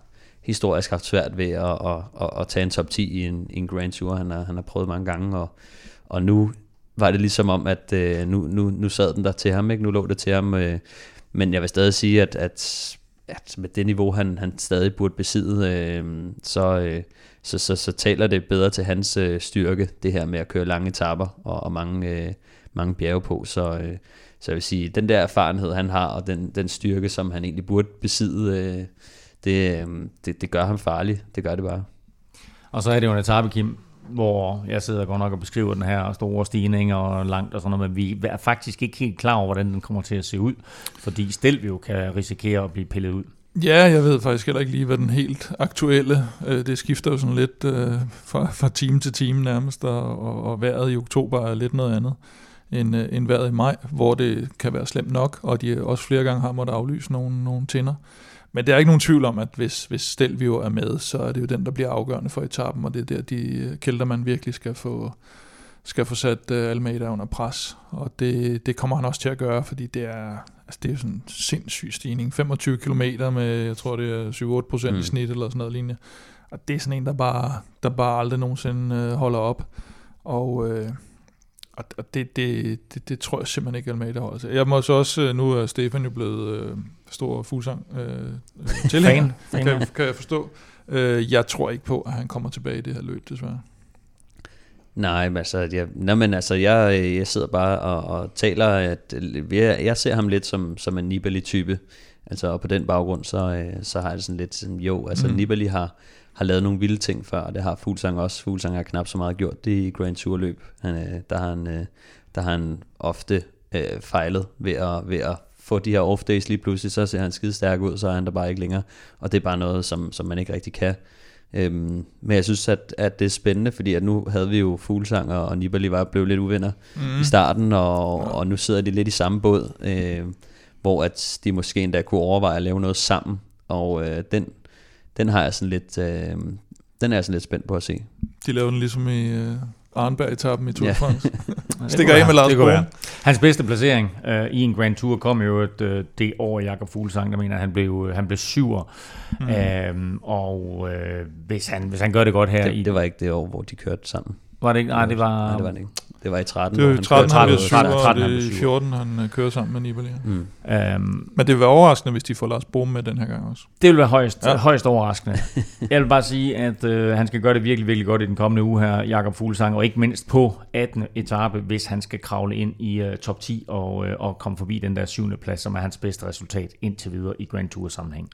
historisk haft svært ved at, at, at, at tage en top ti i en, i en Grand Tour. Han har, han har prøvet mange gange, og, og nu var det ligesom om, at øh, nu, nu, nu sad den der til ham, ikke? Nu lå det til ham, øh, men jeg vil stadig sige, at, at, at med det niveau, han, han stadig burde besidde, øh, så, øh, så, så, så taler det bedre til hans øh, styrke, det her med at køre lange etaper og, og mange, øh, mange bjerge på, så, øh, så jeg vil sige, den der erfarenhed, han har, og den, den styrke, som han egentlig burde besidde, øh, det, øh, det, det gør ham farlig, det gør det bare. Og så er det jo en etape, Kim, hvor jeg sidder godt nok og beskriver den her store stigning og langt og sådan noget, men vi er faktisk ikke helt klar over, hvordan den kommer til at se ud, fordi Stelvio kan risikere at blive pillet ud. Ja, jeg ved faktisk heller ikke lige, hvad den helt aktuelle, øh, det skifter jo sådan lidt øh, fra, fra time til time nærmest, og, og, og vejret i oktober er lidt noget andet end, øh, end vejret i maj, hvor det kan være slemt nok, og de også flere gange har måttet aflyse nogle, nogle tinder. Men der er ikke nogen tvivl om, at hvis, hvis Stelvio er med, så er det jo den, der bliver afgørende for etappen, og det er der, de Kelterman virkelig skal få, skal få sat uh, Almeida under pres. Og det, det kommer han også til at gøre, fordi det er, altså det er sådan en sindssyg stigning. femogtyve kilometer med, jeg tror det er syv otte procent mm. i snit eller sådan noget lignende. Og det er sådan en, der bare, der bare aldrig nogensinde uh, holder op. Og... Uh, Og det, det, det, det tror jeg simpelthen ikke, Almeida holder til. Jeg må så også, nu er Stefan jo blevet øh, stor Fuglsang øh, tilhænger, kan, kan jeg forstå. Øh, jeg tror ikke på, at han kommer tilbage i det her løb, desværre. Nej, men altså, jeg, nej, men altså jeg, jeg sidder bare og, og taler, at jeg, jeg ser ham lidt som, som en Nibali-type. Altså, og på den baggrund, så, så har jeg det sådan lidt sådan, jo, altså mm. Nibali har... har lavet nogle vilde ting før, og det har Fuglsang også. Fuglsang har knap så meget gjort det i Grand Tour løb. Han, øh, der, har han, øh, der har han ofte øh, fejlet ved at, ved at få de her off days lige pludselig, så ser han skide stærk ud, så er han der bare ikke længere. Og det er bare noget, som, som man ikke rigtig kan. Øhm, men jeg synes, at, at det er spændende, fordi at nu havde vi jo Fuglsang, og, og Nibali var blevet lidt uvenner mm. i starten, og, og nu sidder de lidt i samme båd, øh, hvor at de måske endda kunne overveje at lave noget sammen, og øh, den Den har jeg sådan lidt, øh, den er jeg sådan lidt spændt på at se. De laver den ligesom i øh, Arnberg-etappen i Tour de France. Stikker af med Lars Bohm. Hans bedste placering øh, i en Grand Tour kom jo et, øh, det år Jakob Fuglsang, der mener han blev han blev syver. Mm. Øhm, og øh, hvis han hvis han gør det godt her det, i det var ikke det år, hvor de kørte sammen. Var det ikke? Nej, det var Nej, det var det ikke. Det var i tretten. Det var i tretten, han blev syv, og det i fjorten, han uh, kører sammen med Nibali. Mm. Um, Men det vil være overraskende, hvis de får Lars Bohm med den her gang også. Det vil være højst, ja. højst overraskende. Jeg vil bare sige, at uh, han skal gøre det virkelig, virkelig godt i den kommende uge her, Jakob Fuglsang, og ikke mindst på attende etape, hvis han skal kravle ind i uh, top ti og, uh, og komme forbi den der syvende plads, som er hans bedste resultat indtil videre i Grand Tour sammenhæng.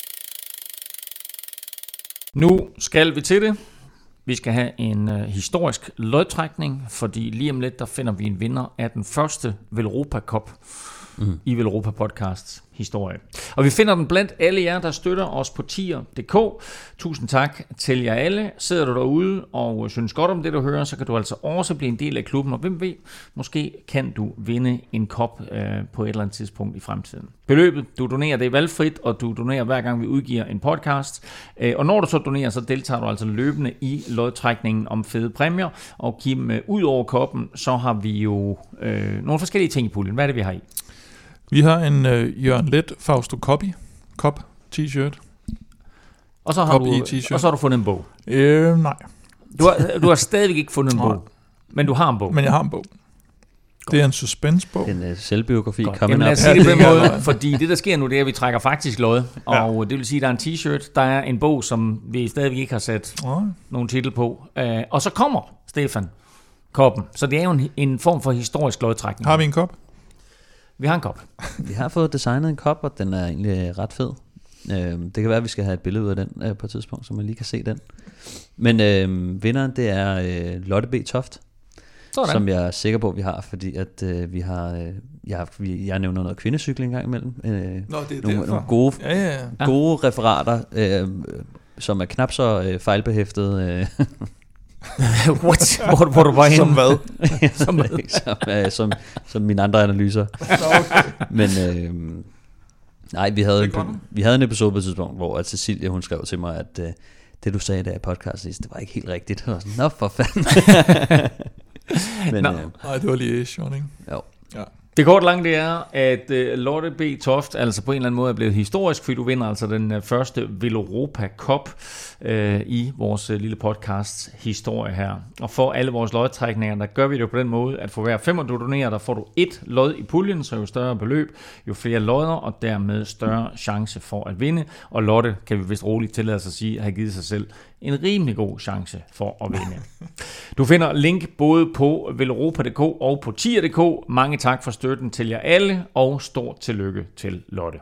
Nu skal vi til det. Vi skal have en øh, historisk lodtrækning, fordi lige om lidt, der finder vi en vinder af den første Velropa Cup mm. i Velropa Podcasts historie. Og vi finder den blandt alle jer, der støtter os på tier punktum d k. Tusind tak til jer alle. Sidder du derude og synes godt om det, du hører, så kan du altså også blive en del af klubben. Og hvem ved, måske kan du vinde en kop øh, på et eller andet tidspunkt i fremtiden. Beløbet, du donerer, det er valgfrit, og du donerer hver gang vi udgiver en podcast. Øh, og når du så donerer, så deltager du altså løbende i lodtrækningen om fede præmier. Og Kim, øh, ud over koppen, så har vi jo øh, nogle forskellige ting i puljen. Hvad er det, vi har i? Vi har en øh, Jørgen Leth Fausto Coppi Cup t-shirt. Og så, har du, og så har du fundet en bog. Øh, nej. Du har, du har stadigvæk ikke fundet en bog, men du har en bog. Men jeg har en bog. Godt. Det er en suspense-bog. En uh, selvbiografi. Jamen lad os sige det på den måde, fordi det der sker nu, det er, at vi trækker faktisk lod. Og ja. Det vil sige, at der er en t-shirt, der er en bog, som vi stadigvæk ikke har sat ja. nogen titel på. Uh, og så kommer Stefan koppen. Så det er jo en, en form for historisk lodtrækning. Har vi en kop? Vi har en kop. Vi har fået designet en kop, og den er egentlig ret fed. Det kan være, at vi skal have et billede ud af den på et tidspunkt, så man lige kan se den. Men øh, vinderen, det er øh, Lotte B. Toft, sådan. Som jeg er sikker på, at vi har, fordi at øh, vi har, øh, jeg, har vi, jeg nævner noget kvindecykling en gang imellem. Øh, Nå, det er nogle, nogle gode, ja, ja, ja. gode referater, øh, som er knap så øh, fejlbehæftet. Øh. What? Hvor, hvor du var henne? Som hvad? som, som, øh, som, som mine andre analyser. Okay. Men øh, nej, vi havde, en, vi havde en episode på et tidspunkt, hvor at Cecilie, hun skrev til mig, at øh, det du sagde der i podcasten, det var ikke helt rigtigt. Og sådan, nå for fanden. Men, øh, nej, det var lige sjovt, ikke? Jo. Ja. Det korte lange det er, at uh, Lotte B. Toft altså på en eller anden måde er blevet historisk, fordi du vinder altså den uh, første Veloropa Cup uh, i vores uh, lille podcasts historie her. Og for alle vores lodtrækninger, der gør vi det på den måde, at for hver femmer du donerer, der får du et lod i puljen, så jo større beløb, jo flere lodder, og dermed større chance for at vinde. Og Lotte, kan vi vist roligt tillade sig at sige, har givet sig selv en rimelig god chance for at vinde. Du finder link både på veloropa punktum d k og på tier punktum d k. Mange tak for støtten til jer alle, og stort tillykke til Lotte.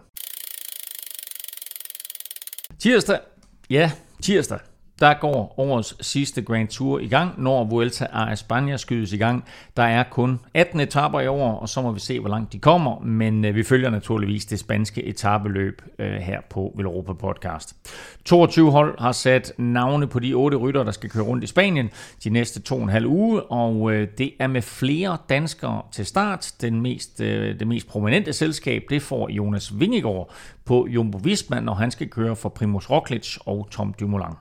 Tirsdag, ja, tirsdag, der går årets sidste Grand Tour i gang, når Vuelta a España skydes i gang. Der er kun atten etaper i år, og så må vi se, hvor langt de kommer, men øh, vi følger naturligvis det spanske etapeløb øh, her på Veloropa Podcast. toogtyve hold har sat navne på de otte ryttere, der skal køre rundt i Spanien de næste to og en halv uge, og øh, det er med flere danskere til start. Den mest, øh, det mest prominente selskab, det får Jonas Vingegaard på Jumbo Visma, når han skal køre for Primož Roglič og Tom Dumoulin.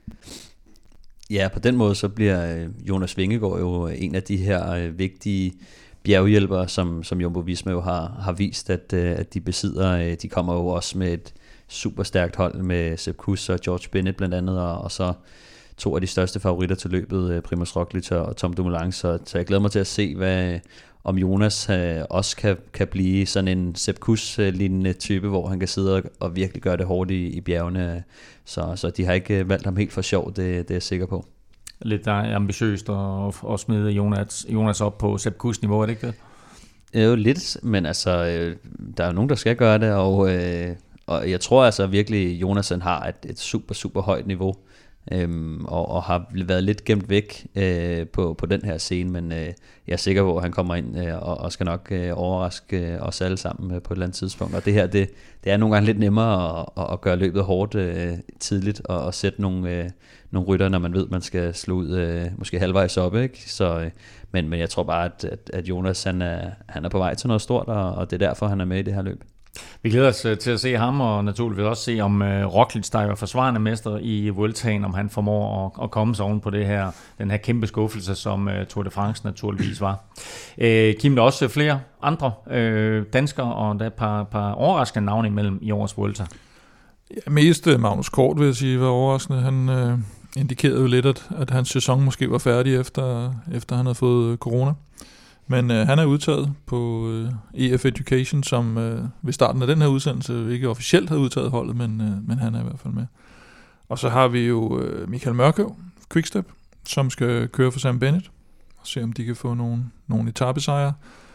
Ja, på den måde så bliver Jonas Vingegaard jo en af de her øh, vigtige bjerghjælpere, som, som Jumbo Visma jo har, har vist, at, øh, at de besidder. Øh, de kommer jo også med et super stærkt hold med Sepp Kuss og George Bennett blandt andet, og, og så to af de største favoritter til løbet, øh, Primož Roglič og Tom Dumoulin. Så, så jeg glæder mig til at se, hvad, om Jonas øh, også kan, kan blive sådan en Sepp Kuss-lignende type, hvor han kan sidde og, og virkelig gøre det hårdt i, i bjergene. Så, så de har ikke valgt ham helt for sjov, det, det er jeg sikker på. Lidt ambitiøst at, at smide Jonas, Jonas op på Sepp Kuss-niveau, er det ikke det? Det er jo lidt, men altså, øh, der er jo nogen, der skal gøre det, og, øh, og jeg tror altså virkelig, Jonas han har et, et super, super højt niveau. Øhm, og, og har været lidt gemt væk øh, på, på den her scene, men øh, jeg er sikker på, at han kommer ind øh, og, og skal nok øh, overraske øh, os alle sammen øh, på et eller andet tidspunkt. Og det her, det, det er nogle gange lidt nemmere at, at gøre løbet hårdt øh, tidligt og, og sætte nogle, øh, nogle rytter, når man ved, at man skal slå ud øh, måske halvvejs op, ikke? Så, øh, men, men jeg tror bare, at, at, at Jonas han er, han er på vej til noget stort, og, og det er derfor, han er med i det her løb. Vi glæder os til at se ham, og naturligvis også se, om uh, Roglič, der er forsvarende mester i Vueltaen, om han formår at, at komme sig oven på det her, den her kæmpe skuffelse, som uh, Tour de France naturligvis var. Uh, Kim, der er også flere andre uh, danskere, og der er et par, par overraskende navne imellem i årets Vuelta. Ja, mest Magnus Kort, vil jeg sige, var overraskende. Han øh, indikerede jo lidt, at, at hans sæson måske var færdig, efter, efter han havde fået corona. Men øh, han er udtaget på øh, E F Education, som øh, ved starten af den her udsendelse ikke officielt havde udtaget holdet, men, øh, men han er i hvert fald med. Og så har vi jo øh, Michael Mørkøv, Quickstep, som skal køre for Sam Bennett, og se om de kan få nogle, nogle etapesejre.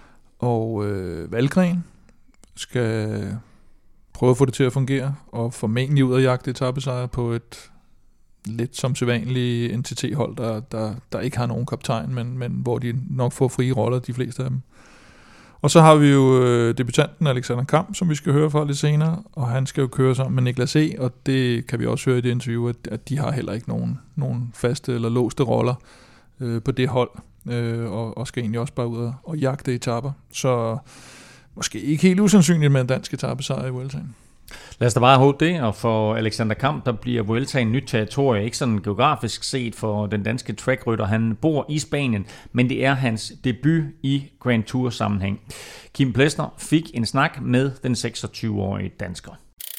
Og øh, Valgren skal prøve at få det til at fungere, og formentlig ud at jagte etapesejre på et lidt som sædvanlige N T T-hold, der, der, der ikke har nogen kaptajn, men, men hvor de nok får frie roller, de fleste af dem. Og så har vi jo øh, debutanten Alexander Kamp, som vi skal høre fra lidt senere, og han skal jo køre sammen med Niklas E., og det kan vi også høre i det interview, at, at de har heller ikke nogen, nogen faste eller låste roller øh, på det hold, øh, og, og skal egentlig også bare ud og, og jagte etaper. Så måske ikke helt usandsynligt med en dansk etapesejr i Vueltaen. Lad os da bare håbe det, og for Alexander Kamp, der bliver Vuelta en nyt territorie, ikke sådan geografisk set for den danske trackrytter. Han bor i Spanien, men det er hans debut i Grand Tour sammenhæng. Kim Plesner fik en snak med den seksogtyve-årige dansker.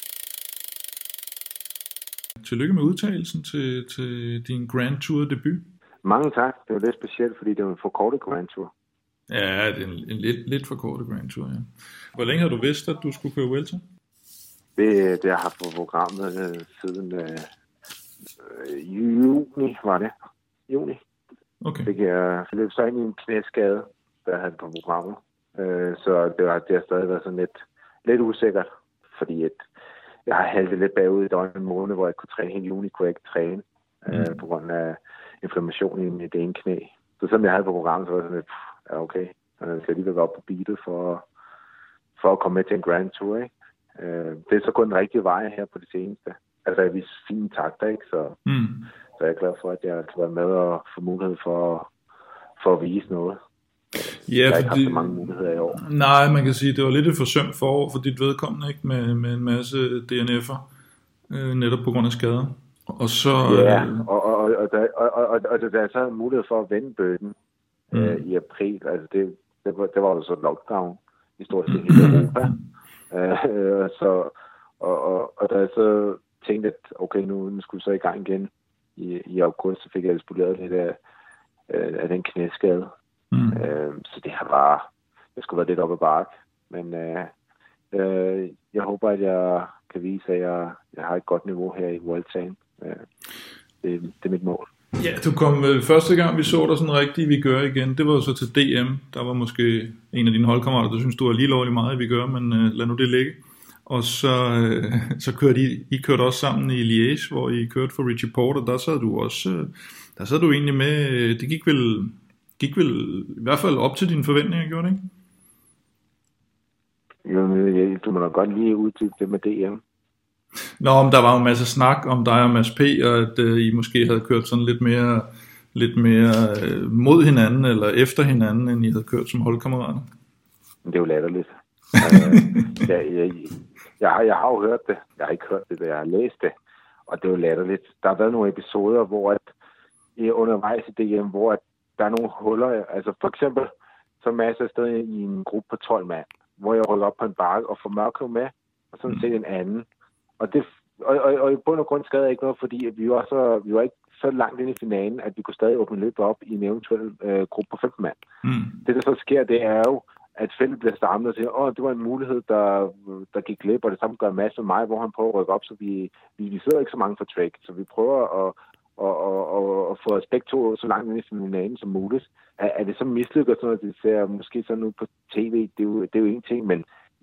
Tillykke med udtagelsen til, til din Grand Tour debut. Mange tak. Det var lidt specielt, fordi det var en forkortet Grand Tour. Ja, det er en, en lidt, lidt forkortet Grand Tour, ja. Hvor længe har du vidst, at du skulle køre Vuelta? Det, det har jeg haft på programmet øh, siden øh, øh, juni, var det. Juni. Okay. Det kan jeg løbe så ind i en knæskade, der jeg havde på programmet. Øh, så det har, det har stadig været sådan lidt, lidt usikkert, fordi et, jeg har haltet lidt bagud i døgnet en måned, hvor jeg kunne træne. Hele juni kunne jeg ikke træne, øh, mm. på grund af inflammation i mit ene knæ. Så selvom jeg havde på programmet, så var det sådan lidt, pff, ja okay, jeg skal lige gå op på beatet for, for at komme med til en Grand Tour, ikke? Det er så kun den rigtige vej her på det seneste. Altså jeg viser fine takter, ikke? Så, mm. så jeg er glad for, at jeg kan være med og få mulighed for, for at vise noget. Ja, jeg har ikke fordi, haft så mange muligheder i år. Nej, man kan sige, det var lidt et forsømt forår for dit vedkommende, ikke? Med, med en masse D N F'er, øh, netop på grund af skader. Og så, ja, øh... og, og, og, og, og, og, og, og der er så mulighed for at vende bøtten mm. øh, i april. Altså det, det, var, det var jo så lockdown. i stort set hele Europa. Øh, så, og, og, og da jeg så tænkte, at okay, nu, nu skulle vi så i gang igen i, i august, så fik jeg spoleret lidt af, af den knæskade. Mm. Øh, så det har bare, jeg skulle være lidt op ad bakke. Men øh, øh, jeg håber, at jeg kan vise, at jeg, jeg har et godt niveau her i Vueltaen. Øh, det, det er mit mål. Ja, du kom øh, første gang, vi så dig sådan rigtigt, vi gør igen. Det var jo så til D M. Der var måske en af dine holdkammerater, der synes, du var lige lovlig meget, vi gør, men øh, lad nu det ligge. Og så, øh, så kørte I, I kørte også sammen i Liège, hvor I kørte for Richie Porte, og der sad du også, øh, der sad du egentlig med, øh, det gik vel, gik vel i hvert fald op til dine forventninger, gjorde det ikke? Jo, du må da godt lige uddybe det med D M. Nå, om der var jo en masse snak om dig og Mads P, og at øh, I måske havde kørt sådan lidt mere, lidt mere øh, mod hinanden, eller efter hinanden, end I havde kørt som holdkammerater. Det er jo latterligt. øh, jeg, jeg, jeg, har, jeg har jo hørt det. Jeg har ikke hørt det, jeg har læst det. Og det er jo latterligt. Der har været nogle episoder, hvor at, undervejs i D M, hvor at der er nogle huller. Altså for eksempel, så Mads er stadig i en gruppe på tolv mand, hvor jeg rykker op på en bakke og får Mørkøv med, og sådan set en anden. Og, det, og, og, og i bund og grund skade jeg ikke noget, fordi at vi, var så, vi var ikke så langt ind i finalen, at vi kunne stadig åbne løbet op i en eventuel øh, gruppe på femten mand. Mm. Det, der så sker, det er jo, at feltet bliver samlet og siger, åh, det var en mulighed, der, der gik glip, og det samme gør Mads med mig, hvor han prøver at rykke op, så vi, vi, vi sidder ikke så mange for track, så vi prøver at, at, at, at, at få os begge to så langt ind i finalen som muligt. Er, er det så mislykket, sådan at det ser måske sådan ud på tv, det er jo, det er jo ingenting, men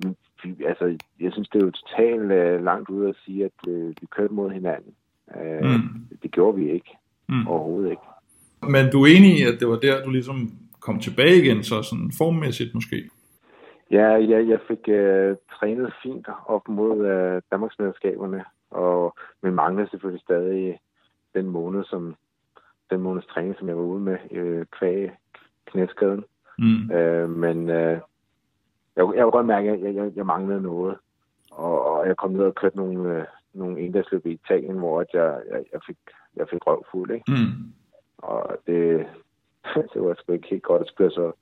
altså, jeg synes, det er jo totalt uh, langt ud at sige, at uh, vi kørte mod hinanden. Uh, mm. Det gjorde vi ikke. Mm. Overhovedet ikke. Men du er enig i, at det var der, du ligesom kom tilbage igen, så sådan formmæssigt måske? Ja, ja jeg fik uh, trænet fint op mod uh, Danmarksmesterskaberne, og men manglede selvfølgelig stadig den måned, som den måneds træning, som jeg var ude med uh, kvæg knæskaden. Mm. Uh, men uh, Jeg, jeg kunne godt mærke, at jeg, jeg, jeg manglede noget, og, og jeg kom ned og kørte nogle, øh, nogle endagsløb i Italien, hvor at jeg, jeg, jeg, fik, jeg fik røvfuld, ikke? Mm. Og det, det var sgu ikke helt godt, at spille, så,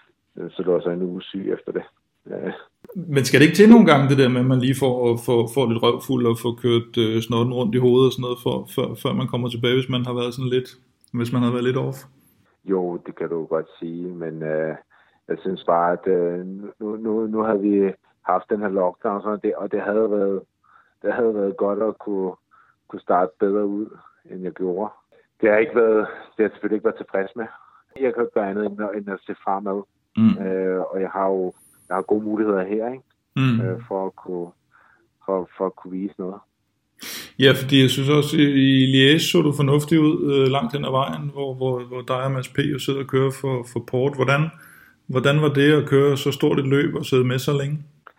så lå jeg så en uge syg efter det. Ja. Men skal det ikke til nogle gange, det der med, at man lige får, får, får lidt røvfuld og får kørt øh, snotten rundt i hovedet og sådan noget, for, for, før man kommer tilbage, hvis man har været sådan lidt, hvis man har været lidt off? Jo, det kan du godt sige, men... Øh, Jeg synes bare, at øh, nu, nu, nu havde vi haft den her lockdown, og det, og det havde været, det havde været godt at kunne, kunne starte bedre ud, end jeg gjorde. Det har ikke været, det har jeg selvfølgelig ikke været tilfreds med. Jeg kan ikke gøre andet end at, end at se fremad, mm. øh, og jeg har jo jeg har gode muligheder her, ikke? Mm. Øh, for at kunne for, for at kunne vise noget. Ja, fordi jeg synes også, i Liège så du fornuftigt ud øh, langt hen ad vejen, hvor, hvor, hvor dig og Mads P. jo sidder og kører for, for Port. Hvordan Hvordan var det at køre så stort et løb og sidde med så længe?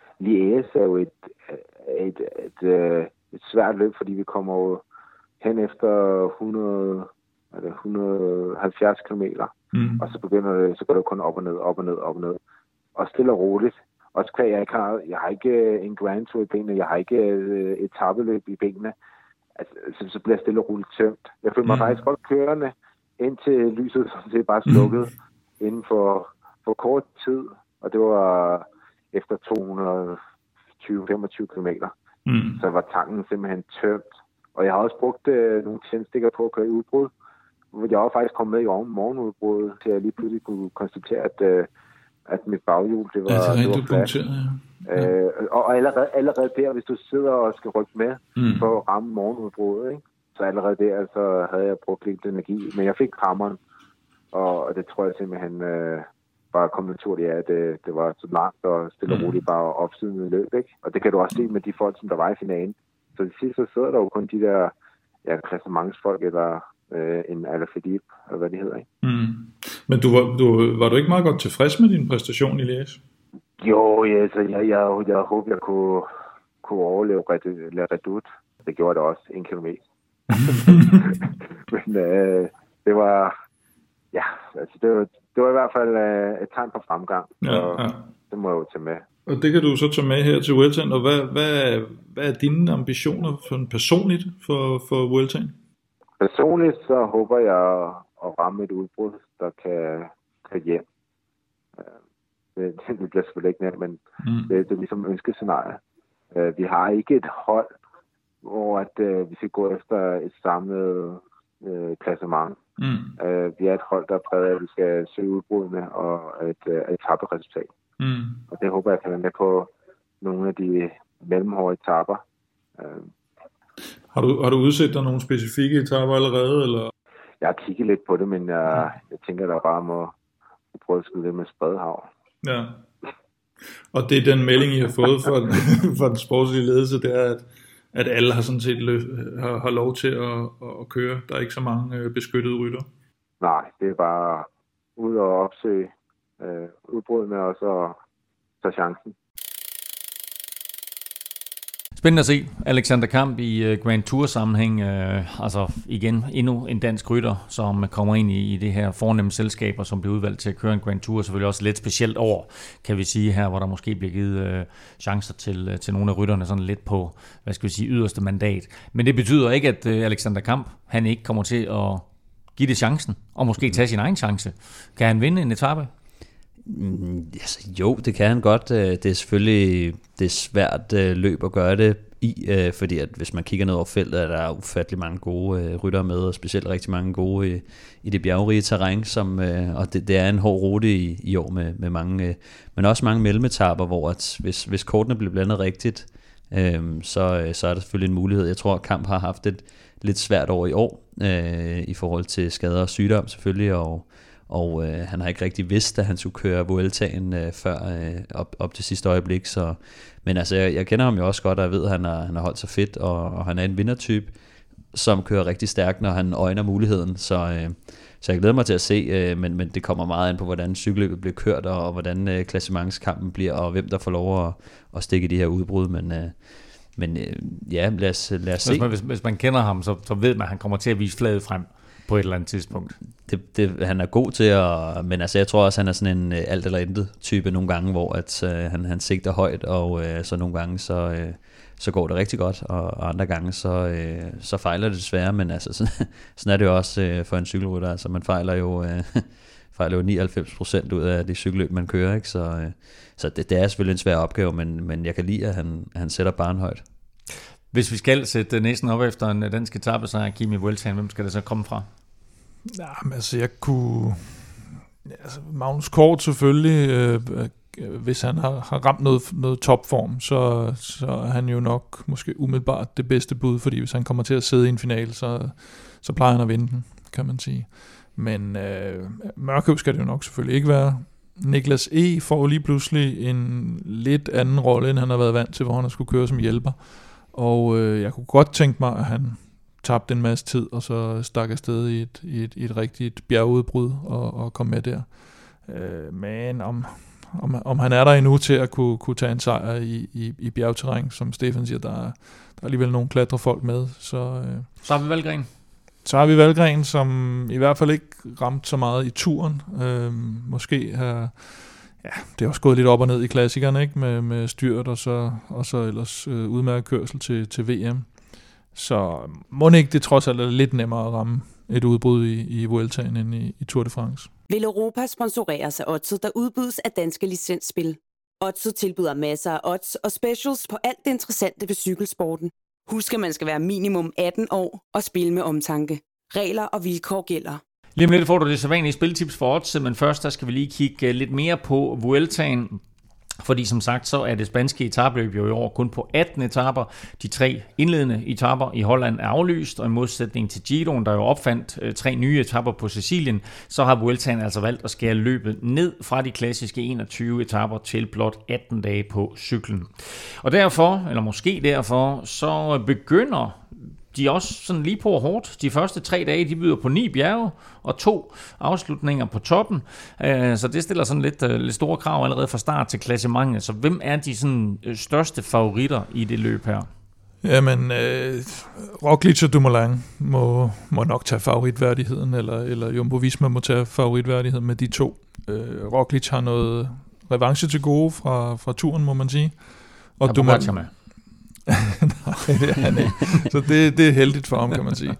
Liège er jo et, et, et, et, et svært løb, fordi vi kommer jo hen efter hundrede, eller hundrede og halvfjerds kilometer, mm. og så begynder det, så går det kun op og ned, op og ned, op og ned. Og stille og roligt. Også kvæg, jeg, har, jeg har ikke en Grand Tour i benene, jeg har ikke et etapeløb i benene. Altså, så, så bliver jeg stille og roligt tømt. Jeg føler mig mm. faktisk godt kørende, indtil lyset som det bare slukket mm. inden for... for kort tid, og det var efter to hundrede og tyve til femogtyve kilometer. Mm. Så var tanken simpelthen tømt. Og jeg har også brugt øh, nogle tændstikker på at køre i udbrud, hvor jeg også faktisk kom med i morgenudbruddet, til jeg lige pludselig kunne konstatere, at, øh, at mit baghjul, det var, ja, det var fladt. Ja. Øh, og allerede, allerede der, hvis du sidder og skal rykke med mm. for at ramme morgenudbruddet, ikke? Så allerede der, så havde jeg brugt lidt energi. Men jeg fik hammeren, og, og det tror jeg simpelthen... Øh, bare kom naturligt af, at det, det var så langt og stille og roligt bare opsiden løb, ikke? Og det kan du også se med de folk, som der var i finalen. Så til sidst så sidder der jo kun de der ja, klassementsfolk, eller øh, en Alaphilippe, eller hvad det hedder, ikke? Mm. Men du var, du, var du ikke meget godt tilfreds med din præstation i Liège? Jo, ja, så jeg, jeg, jeg håber, jeg kunne, kunne overleve La Redoute. Det gjorde det også, en kilometer. Men øh, det var... Ja, altså det var, det var i hvert fald uh, et tegn på fremgang, ja, og ja. Det må jeg jo tage med. Og det kan du så tage med her til Vueltaen, og hvad, hvad, hvad er dine ambitioner for personligt for, for Vueltaen? Personligt så håber jeg at ramme et udbrud, der kan, kan hjem. Det, det bliver selvfølgelig ikke nemt, men mm. det, det er ligesom ønskescenarie. Uh, vi har ikke et hold, hvor at, uh, vi skal gå efter et samlet uh, klassement. Mm. Uh, vi er et hold, der er præget af, at vi skal søge udbrudene og et uh, etaperesultat. Mm. Og det håber jeg kan være med på nogle af de mellemhårde etaper. Uh, har, du, har du udset dig nogle specifikke etaper allerede? Eller? Jeg har kigget lidt på det, men jeg, jeg tænker, at der bare må prøve at skyde det med spredhav. Ja. Og det er den melding, I har fået fra, fra den sportslige ledelse, det er, at, at alle har sådan set lø- har, har lov til at, at køre. Der er ikke så mange beskyttede rytter. Nej, det er bare ud og opsøge øh, udbrudene og så tage chancen. Spændende at se Alexander Kamp i uh, Grand Tour sammenhæng. Uh, altså igen endnu en dansk rytter, som kommer ind i, i det her fornemme selskaber, som bliver udvalgt til at køre en Grand Tour. Selvfølgelig også lidt specielt år, kan vi sige her, hvor der måske bliver givet uh, chancer til, uh, til nogle af rytterne sådan lidt på, hvad skal vi sige, yderste mandat. Men det betyder ikke, at uh, Alexander Kamp, han ikke kommer til at give det chancen, og måske tage sin egen chance. Kan han vinde en etape? Mm, altså, jo, det kan han godt. Det er selvfølgelig det er svært løb at gøre det i, fordi at hvis man kigger ned over feltet, er der ufattelig mange gode ryttere med, og specielt rigtig mange gode i, i det bjergrige terræn, som, og det, det er en hård rute i, i år med, med mange, men også mange mellemetapper, hvor at hvis, hvis kortene bliver blandet rigtigt, så, så er der selvfølgelig en mulighed. Jeg tror, at Kamp har haft et lidt svært år i år, i forhold til skader og sygdom selvfølgelig, og og øh, han har ikke rigtig vidst, at han skulle køre Vueltaen øh, før øh, op, op til sidste øjeblik. Så, men altså, jeg, jeg kender ham jo også godt, og jeg ved, at han har, han har holdt sig fedt, og, og han er en vindertype, som kører rigtig stærkt, når han øjner muligheden. Så, øh, så jeg glæder mig til at se, øh, men, men det kommer meget an på, hvordan cykelløbet bliver kørt, og, og hvordan øh, klassementskampen bliver, og hvem der får lov at, at stikke de her udbrud. Men, øh, men øh, ja, lad os, lad os se. Hvis man, hvis, hvis man kender ham, så, så ved man, at han kommer til at vise flaget frem på et eller andet tidspunkt. Det, det, han er god til at, men altså jeg tror også, han er sådan en uh, alt eller intet type nogle gange, hvor at, uh, han, han sigter højt, og uh, så nogle gange, så, uh, så går det rigtig godt, og, og andre gange, så, uh, så fejler det desværre, men altså sådan, sådan er det jo også uh, for en cykelrytter, altså man fejler jo, uh, fejler jo nioghalvfems procent ud af de cykelløb, man kører, ikke? Så, uh, så det, det er selvfølgelig en svær opgave, men, men jeg kan lide, at han, han sætter barren højt. Hvis vi skal sætte næsten op efter en dansk etapesejr, Kim, i Vueltaen, hvem skal det så komme fra? Ja, men altså jeg kunne... Altså, Magnus Kort selvfølgelig, øh, øh, hvis han har, har ramt noget, noget topform, så, så er han jo nok måske umiddelbart det bedste bud, fordi hvis han kommer til at sidde i en finale, så, så plejer han at vinde den, kan man sige. Men øh, Mørkøv skal det jo nok selvfølgelig ikke være. Niklas E. får lige pludselig en lidt anden rolle, end han har været vant til, hvor han skulle køre som hjælper. Og øh, jeg kunne godt tænke mig, at han tabte en masse tid, og så stak afsted i et, i et, i et rigtigt bjergudbrud og, og kom med der. Øh, men om, om, om han er der endnu til at kunne, kunne tage en sejr i, i, i bjergterræn, som Stefan siger, der er, der er alligevel nogle klatrefolk med. Så, øh, så har vi Valgren. Så har vi Valgren, som i hvert fald ikke ramt så meget i turen. Øh, måske har... Ja, det er også gået lidt op og ned i klassikerne, ikke? Med, med styrt og så, og så ellers øh, udmærket kørsel til, til V M. Så må ikke det trods alt er lidt nemmere at ramme et udbrud i, i Vueltaen end i, i Tour de France. Vil Europa sponsoreres af Oddset, der udbydes af danske licensspil. Oddset tilbyder masser af odds og specials på alt det interessante ved cykelsporten. Husk, at man skal være minimum atten år og spille med omtanke. Regler og vilkår gælder. Lige om lidt får du det sædvanlige spiltips for odds, men først der skal vi lige kigge lidt mere på Vueltaen. Fordi som sagt, så er det spanske etapløb jo i år kun på atten etaper. De tre indledende etaper i Holland er aflyst, og i modsætning til Giroen, der jo opfandt tre nye etaper på Sicilien, så har Vueltaen altså valgt at skære løbet ned fra de klassiske enogtyve etaper til blot atten dage på cyklen. Og derfor, eller måske derfor, så begynder de er også sådan lige på hårdt. De første tre dage, de byder på ni bjerge og to afslutninger på toppen. Så det stiller sådan lidt, lidt store krav allerede fra start til klassementet. Så hvem er de sådan største favoritter i det løb her? Jamen, øh, Roglic og Dumoulin må, må nok tage favoritværdigheden, eller, eller Jumbo Visma må tage favoritværdigheden med de to. Øh, Roglic har noget revanche til gode fra, fra turen, må man sige. Og Dumoulin med. Nej, det er han ikke. Så det, det er heldigt for ham, kan man sige.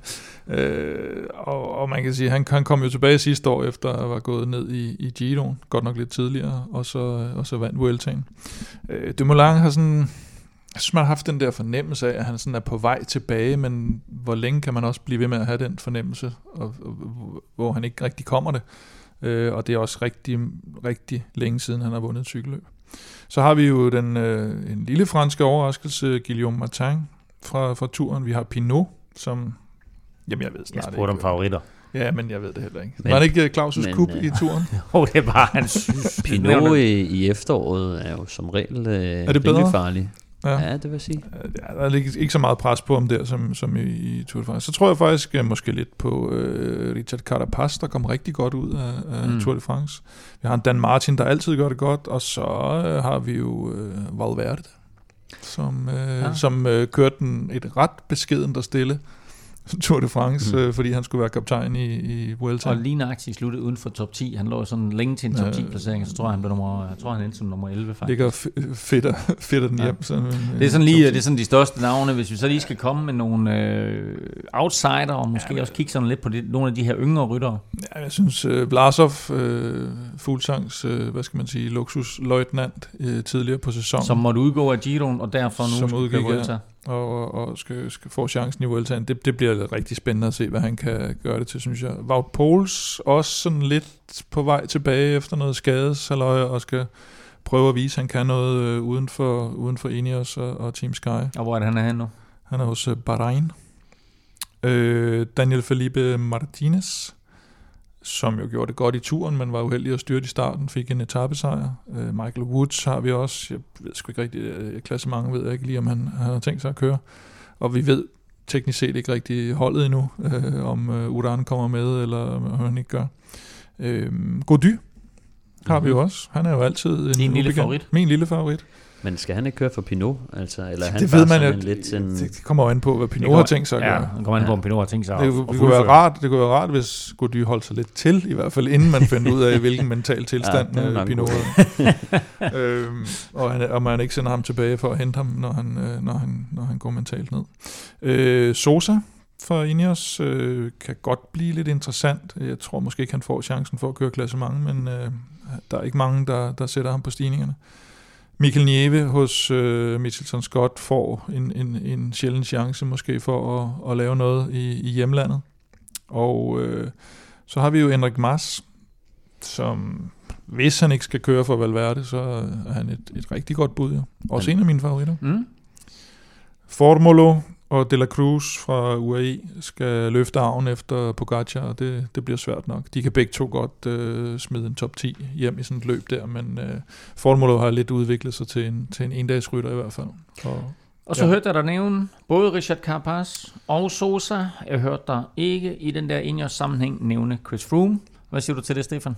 Øh, og, og man kan sige, han, han kom jo tilbage sidste år, efter at være gået ned i, i Giroen, godt nok lidt tidligere, og så, og så vandt Vueltaen. Øh, Dumoulin har sådan, jeg synes, man har haft den der fornemmelse af, at han sådan er på vej tilbage, men hvor længe kan man også blive ved med at have den fornemmelse, og, og, hvor han ikke rigtig kommer det. Øh, og det er også rigtig, rigtig længe siden, han har vundet et cykelløb. Så har vi jo den, øh, en lille franske overraskelse, Guillaume Martin fra, fra turen. Vi har Pinot, som... Jamen, jeg ved snart jeg spurgte om favoritter. Ja, men jeg ved det heller ikke. Men, var det ikke Claus' kup øh, i turen? Jo, det var hans. Pinot i, i efteråret er jo som regel øh, er det rimelig farlig. Ja. ja, det vil jeg sige. Ja, der er ikke så meget pres på ham der, som, som i, i Tour de France. Så tror jeg faktisk uh, måske lidt på uh, Richard Carapaz, der kom rigtig godt ud af, af mm. Tour de France. Vi har en Dan Martin, der altid gør det godt, og så uh, har vi jo uh, Valverde, som, uh, ja. som uh, kørte den et ret beskedent og stille Tour de France, mm. øh, fordi han skulle være kaptajn i, i Vuelta. Og lige nøjagtigt sluttede uden for top ti. Han lå sådan længe til en top ti placering, så tror jeg, han blev nummer, jeg tror, han endte som nummer elleve faktisk. Ligger f- fedter, fedter den ja. hjem. Sådan en, det er sådan lige, det er sådan de største navne. Hvis vi så lige skal komme med nogle øh, outsider, og måske ja, også kigge sådan lidt på det, nogle af de her yngre ryttere. Ja, jeg synes, øh, Vlasov, øh, Fuglsangs, øh, hvad skal man sige, luksusløjtnant øh, tidligere på sæsonen. Som måtte udgå af Giroen, og derfor nu skal udgik, Vuelta. Ja. Og, og skal, skal få chancen i Vueltaen. Det, det bliver rigtig spændende at se, hvad han kan gøre det til, synes jeg. Wout Poels også sådan lidt på vej tilbage efter noget skadeshalløje, og skal prøve at vise, at han kan noget øh, uden for, uden for Ineos og, og Team Sky. Og hvor er det, han er henne nu? Han er hos uh, Bahrain. Øh, Daniel Felipe Martinez, som jo gjorde det godt i turen, men var uheldig at styrte i starten, fik en etapesejr. Øh, Michael Woods har vi også. Jeg ved sgu ikke rigtig, øh, klassementet ved jeg ikke lige, om han, han har tænkt sig at køre. Og vi ved teknisk set ikke rigtig holdet endnu, øh, om øh, Uran kommer med, eller om han ikke gør. Øh, Gody har mm-hmm. vi jo også. Han er jo altid en Din lille favorit. Min lille favorit. Men skal han ikke køre for Pinot? Altså, eller han det ved man jo. Lidt en... Det kommer jo an på, hvad Pinot kommer, har tænkt sig at gøre. Ja, det kommer an på, om Pinot har tænkt sig at det, det, kunne være rart, det kunne være rart, hvis Gody holdt sig lidt til, i hvert fald inden man finder ud af, hvilken mental tilstand ja, Pinot har. øhm, og, han, og man ikke sender ham tilbage for at hente ham, når han, øh, når han, når han går mentalt ned. Øh, Sosa for Ineos øh, kan godt blive lidt interessant. Jeg tror måske ikke, han får chancen for at køre klassement, men øh, der er ikke mange, der, der sætter ham på stigningerne. Mikkel Nieve hos øh, Mitchelton Scott får en, en, en sjælden chance måske for at, at lave noget i, i hjemlandet. Og øh, så har vi jo Enric Mas, som hvis han ikke skal køre for Valverde, så er han et, et rigtig godt bud. Ja. Også en af mine favoritter. Mm. Formolo og De La Cruz fra U A E skal løfte arven efter Pogacar, og det, det bliver svært nok. De kan begge to godt øh, smide en top ti hjem i sådan et løb der, men øh, Formolo har lidt udviklet sig til en, til en endagsrytter i hvert fald. Og, og så ja. hørte jeg dig nævne både Richard Carapaz og Sosa. Jeg hørte dig ikke i den der Ineos sammenhæng nævne Chris Froome. Hvad siger du til det, Stefan?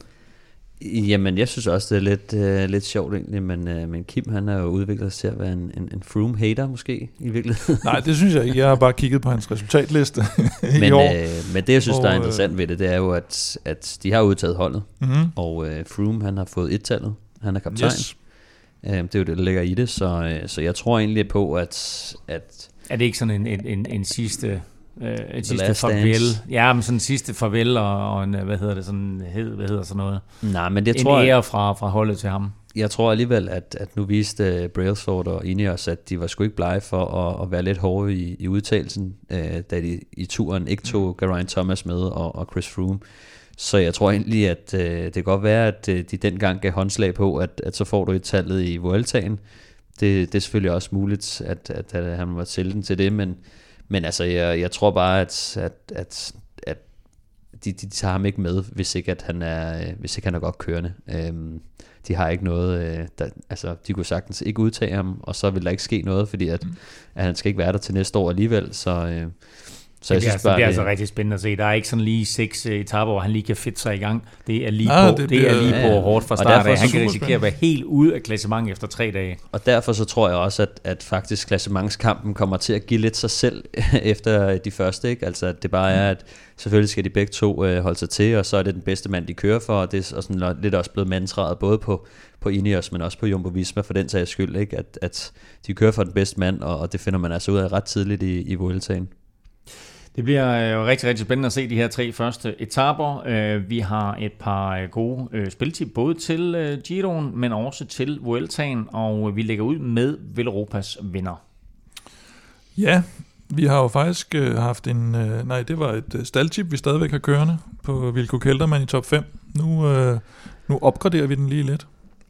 Jamen, jeg synes også, det er lidt, øh, lidt sjovt egentlig, men, øh, men Kim, han er jo udviklet sig til at være en, en, en Froome-hater måske, i virkeligheden. Nej, det synes jeg ikke. Jeg har bare kigget på hans resultatliste men, i år. Øh, men det, jeg synes, og, der er interessant ved det, det er jo, at, at de har udtaget holdet, mm-hmm. og øh, Froome, han har fået et-tallet. Han er kaptajn. Yes. Øh, det er jo det, der ligger i det, så, øh, så jeg tror egentlig på, at... at er det ikke sådan en, en, en, en sidste... Øh, et sidste farvel. Ja, men sådan en sidste farvel og, og en, hvad hedder det, sådan hed, hvad hedder sådan noget. Nej, men det en tror ære fra, fra holdet til ham. Jeg tror alligevel, at, at nu viste Brailsford og Ineos, at de var sgu ikke blege for at, at være lidt hårde i, i udtalelsen, øh, da de i turen ikke tog Geraint Thomas med og, og Chris Froome. Så jeg tror egentlig, at øh, det kan godt være, at øh, de dengang gav håndslag på, at, at så får du et tallet i Vueltaen. Det, det er selvfølgelig også muligt, at, at, at han var sælge den til det, men Men altså, jeg, jeg tror bare, at, at, at, at de, de tager ham ikke med, hvis ikke, at han er, hvis ikke han er godt kørende. Øhm, de har ikke noget, der, altså de kunne sagtens ikke udtage ham, og så vil der ikke ske noget, fordi at, at han skal ikke være der til næste år alligevel, så... Øh, Så det, jeg synes, bare, det er altså rigtig spændende at se. Der er ikke sådan lige seks etaper, hvor han lige kan fedte sig i gang. Det er lige Nej, på, det, det er lige ja, på hårdt fra start af. Han kan risikere at være helt ude af klassement efter tre dage. Og derfor så tror jeg også, at, at faktisk klassementskampen kommer til at give lidt sig selv efter de første. Ikke? Altså at det bare er, at selvfølgelig skal de begge to øh, holde sig til, og så er det den bedste mand, de kører for. Og det er sådan lidt også blevet mantraet både på, på Ineos, men også på Jumbo Visma for den sags skyld. Ikke? At, at de kører for den bedste mand, og, og det finder man altså ud af ret tidligt i, i Vueltaen. Det bliver jo rigtig, rigtig spændende at se de her tre første etaper. Vi har et par gode spiltip, både til Giroen, men også til Vueltaen, og vi lægger ud med Velropas vinder. Ja, vi har jo faktisk haft en... Nej, det var et staldtip, vi stadigvæk har kørende på Wilco Kelderman i top fem. Nu, nu opgraderer vi den lige lidt,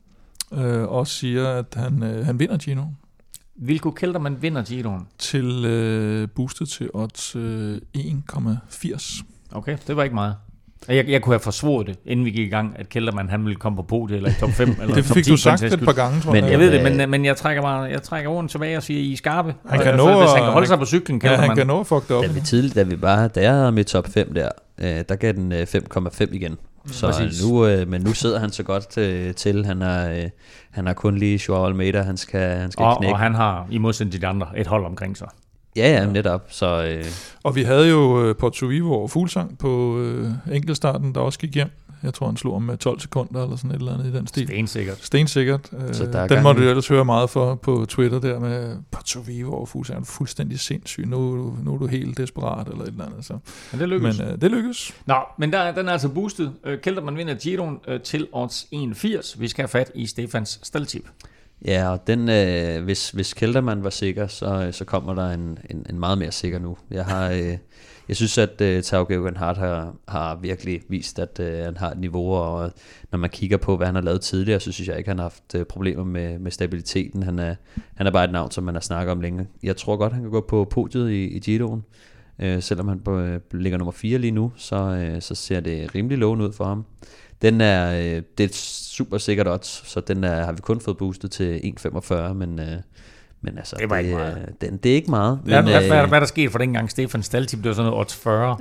og siger, at han, han vinder Giroen. Wilco Kelderman vinder Giroen? Til øh, boostet til odds øh, en komma firs. Okay, det var ikke meget. Jeg, jeg kunne have forsvoret det, inden vi gik i gang, at Kelderman han ville komme på podiet eller i top fem. Eller det top fik ti, du sagt et par gange, tror men jeg. Jeg ved det, men, men jeg trækker bare, jeg trækker orden tilbage og siger, I er skarpe. Han kan nå, nå, hvis han kan holde sig på cyklen, Kelderman. Ja, han kan nå at fuck det op. Da vi tidligt, da vi bare, da jeg havde med top fem der, øh, der gav den øh, fem komma fem igen. Så Præcis. nu, øh, men nu sidder han så godt til, til. Han har øh, han har kun lige Joao Almeida, han skal, han skal og, knække. Og han har, i modsætning til de andre, et hold omkring sig. Ja, ja, netop. Så, øh. Og vi havde jo øh, Porto Vivo og Fuglsang på øh, enkeltstarten, der også gik hjem. Jeg tror, han slog om med tolv sekunder eller sådan et eller andet i den stil. Stensikkert. Stensikkert. Så øh, der den må du ellers høre meget for på Twitter der med Porto Vivo og Fuglsang. Er fuldstændig sindssyg. Nu, nu er du helt desperat eller et eller andet. Så. Men det lykkes. Men øh, det lykkes. Nå, men der, den er altså boostet. Kelderman vinder Giroen øh, til odds en komma firs. Vi skal have fat i Stefans staldtip. Ja, og den, øh, hvis, hvis Kelderman var sikker, så, så kommer der en, en, en meget mere sikker nu. Jeg har, øh, jeg synes, at øh, Tao Geoghegan Hart har, har virkelig vist, at øh, han har et niveau, og når man kigger på, hvad han har lavet tidligere, så synes jeg ikke, han har haft øh, problemer med, med stabiliteten. Han er, han er bare et navn, som man har snakket om længe. Jeg tror godt, han kan gå på podiet i, i Giroen. Øh, selvom han på, øh, ligger nummer fire lige nu, så, øh, så ser det rimelig lovende ud for ham. Den er, øh, det er et super sikkert odds, så den er, har vi kun fået boostet til en komma femogfyrre, men, øh, men altså, det, var det, ikke øh, den, det er ikke meget. Hvad, men, hvad, øh, hvad, hvad er der sket for dengang Stefan staldtip? Det var sådan noget odds fyrre.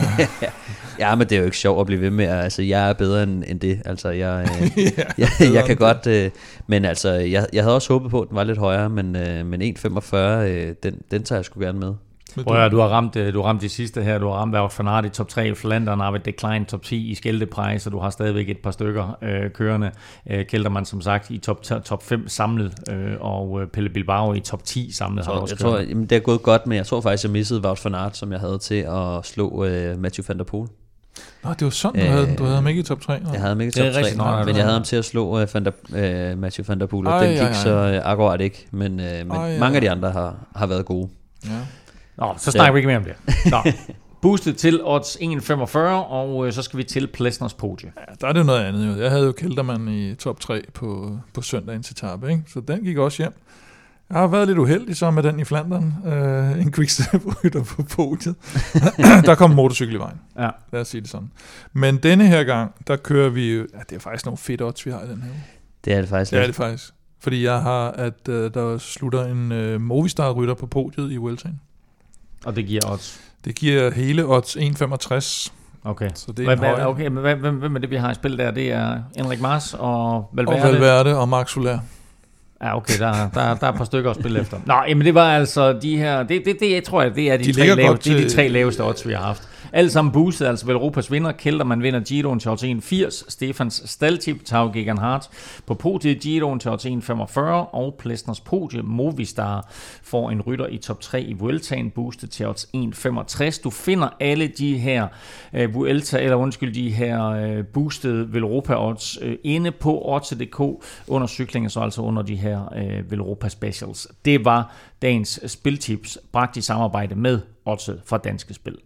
Ja, men det er jo ikke sjovt at blive ved med. Altså, jeg er bedre end, end det. Altså, jeg, øh, jeg, jeg, jeg kan godt... Øh, men altså, jeg, jeg havde også håbet på, at den var lidt højere, men, øh, men en komma femogfyrre, øh, den, den tager jeg sgu gerne med. Prøv at, du har ramt du har ramt de sidste her. Du har ramt Wout van Aert i top tre, Flandern har været decline top ti i Scheldeprijs, så du har stadigvæk et par stykker øh, kørende. Øh, Kelderman som sagt i top top fem samlet, øh, og øh, Pelle Bilbao i top ti samlet. Så, har også jeg tror, jamen, det er gået godt, men jeg tror faktisk, jeg missede Wout van Aert, som jeg havde til at slå øh, Mathieu van der Poel. Nå, det var sådan, du øh, havde den. Du havde ham ikke i top tre. Jeg havde ham ikke i top tre, nok, men jeg havde ham til at slå uh, van der, uh, Mathieu van der Poel, og den gik ej, ej. så uh, akkurat ikke, men, uh, men ej, mange af de andre har, har været gode. Ja. Nå, så snakker ja. vi ikke mere om det. Nå, boostet til odds en komma femogfyrre, og øh, så skal vi til Plesners podie. Ja, der er det jo noget andet. Jo. Jeg havde jo Kelderman i top tre på, på søndagens etape, ikke? Så den gik også hjem. Jeg har været lidt uheldig så med den i Flandern. Uh, en quickstep-rytter på podiet. Der kom motorcykel i vejen. Ja. Lad os sige det sådan. Men denne her gang, der kører vi jo... Ja, det er faktisk nogle fedt odds, vi har i den her. Det er det faktisk. Det er det faktisk. Fordi jeg har, at uh, der slutter en uh, Movistar-rytter på podiet i Vueltaen. Og det giver odds? Det giver hele odds en komma femogtres. Okay. Så det er hvad, en høj. Okay, men hvad, hvem, hvem er det, vi har i spil der? Det er Enric Mas og Valverde? Og Valverde og Marc Soler. Ja, okay, der, der, der er et par stykker at spille efter. Nå, jamen det var altså de her, det, det, det jeg tror jeg, det er de, de, tre, lave, det er de tre laveste odds, vi har haft. Alle sammen boostet, altså Velropas vinder, Kelderman vinder Giroen til odds en komma firs, Stefans staldtip, Tao Geoghegan Hart på podiet Giroen til odds en komma femogfyrre, og Plesners podie, Movistar, får en rytter i top tre i Vueltaen, boostet til odds en komma femogtres. Du finder alle de her uh, Vuelta, eller undskyld, de her uh, boostede Velropa odds uh, inde på odds punktum d k under cyklingen, så altså under de her uh, Velropa Specials. Det var dagens spiltips, bragt i samarbejde med Oddset fra Danske Spil.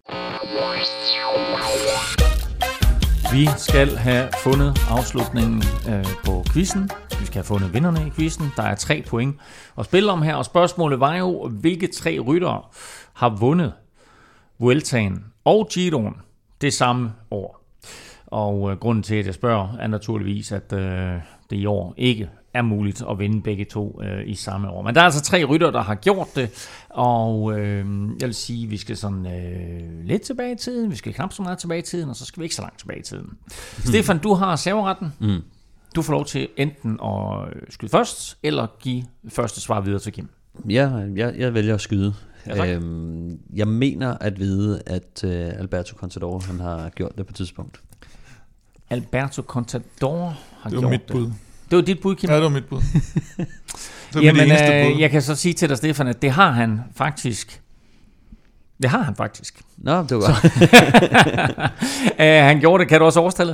Vi skal have fundet afslutningen øh, på quizzen. Vi skal have fundet vinderne i quizzen. Der er tre point at spille om her, og spørgsmålet var jo, hvilke tre ryttere har vundet Vueltaen og Giroen det samme år. Og øh, grunden til, at jeg spørger, er naturligvis, at øh, det i år ikke er muligt at vinde begge to øh, i samme år. Men der er altså tre ryttere, der har gjort det, og øh, jeg vil sige, at vi skal sådan øh, lidt tilbage i tiden, vi skal knap så meget tilbage i tiden, og så skal vi ikke så langt tilbage i tiden. Mm. Stefan, du har serveretten. Mm. Du får lov til enten at skyde først, eller give første svar videre til Kim. Ja, jeg, jeg vælger at skyde. Ja, øhm, jeg mener at vide, at øh, Alberto Contador han har gjort det på et tidspunkt. Alberto Contador har det var gjort mit bud. det. Det var dit bud, Kim? Ja, det var mit bud. Jamen, øh, bud. Jeg kan så sige til dig, Stefan, at det har han faktisk Det har han faktisk. Nå, det var godt. uh, han gjorde det. Kan du også overstallet?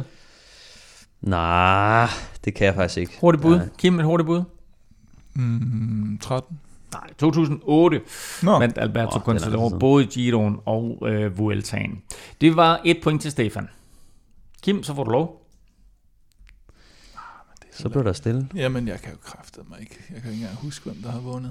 Nej, det kan jeg faktisk ikke. Hurtigt bud. Nej. Kim, et hurtigt bud? Mm, tretten. Nej, to tusind og otte Nå. vandt Alberto Åh, Contador både Giroen og øh, Vueltaen. Det var et point til Stefan. Kim, så får du lov. Så blev der stille. Jamen, jeg kan jo kraftedeme mig ikke. Jeg kan ikke engang huske, hvem der har vundet.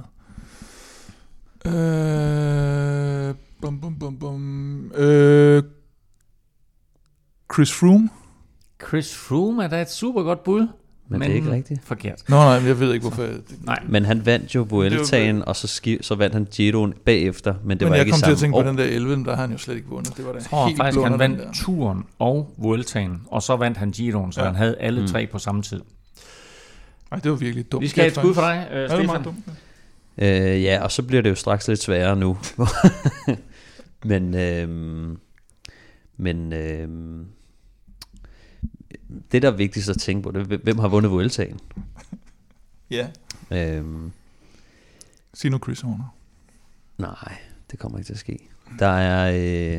Øh, bum, bum, bum, bum. Øh, Chris Froome. Chris Froome er da et super godt bud. Men, men det er ikke rigtigt. Forkert. Nå nej, jeg ved ikke, hvorfor. Jeg, det, Nej. Men han vandt jo Vueltaen, og så, ski, så vandt han Giroen bagefter, men det men var jeg ikke kom i til samme at tænke år. på den der elleve, der har han jo slet ikke vundet. Det var da Jeg tror helt faktisk, blå han under den vandt der. turen og Vueltaen, og så vandt han Giroen, så Ja. han havde alle Mm. tre på samme tid. Ej, det var virkelig dumt. Vi skal have et Kæft, skud for dig, øh, Ja, det var meget Stefan. dumt. Øh, ja, og så bliver det jo straks lidt sværere nu. men øhm, men øhm, det, der er vigtigst at tænke på, det er, hvem har vundet Vueltaen? Ja. Øhm, Sig nu Chris Horner. nej, det kommer ikke til at ske. Der er... Øh,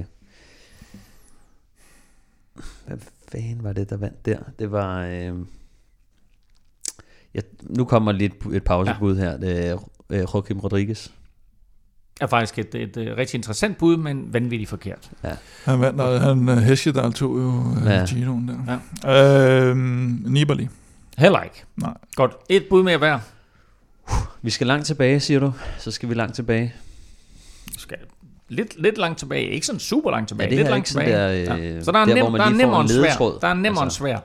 hvad fanden var det, der vandt der? Det var... Øh, ja, nu kommer lidt et pausebud her. Det er øh, Joaquim Rodriguez. Er faktisk et, et, et rigtig interessant bud, men vanvittigt forkert. Han vandt, og han uh, Hesjedal tog jo uh, Ja. ja. Giroen der. Ja. Øhm, Nibali. Heller ikke. Nej. Godt. Et bud mere hver. Vi skal langt tilbage, siger du. Så skal vi langt tilbage. Du skal lidt, lidt langt tilbage. Ikke sådan super langt tilbage. Ja, det lidt her er langt ikke sådan tilbage. der, øh, ja. Så der er, der, nem, hvor man der er lige får nemmere en en svær. ledetråd. Der er nemmere en Altså. svær.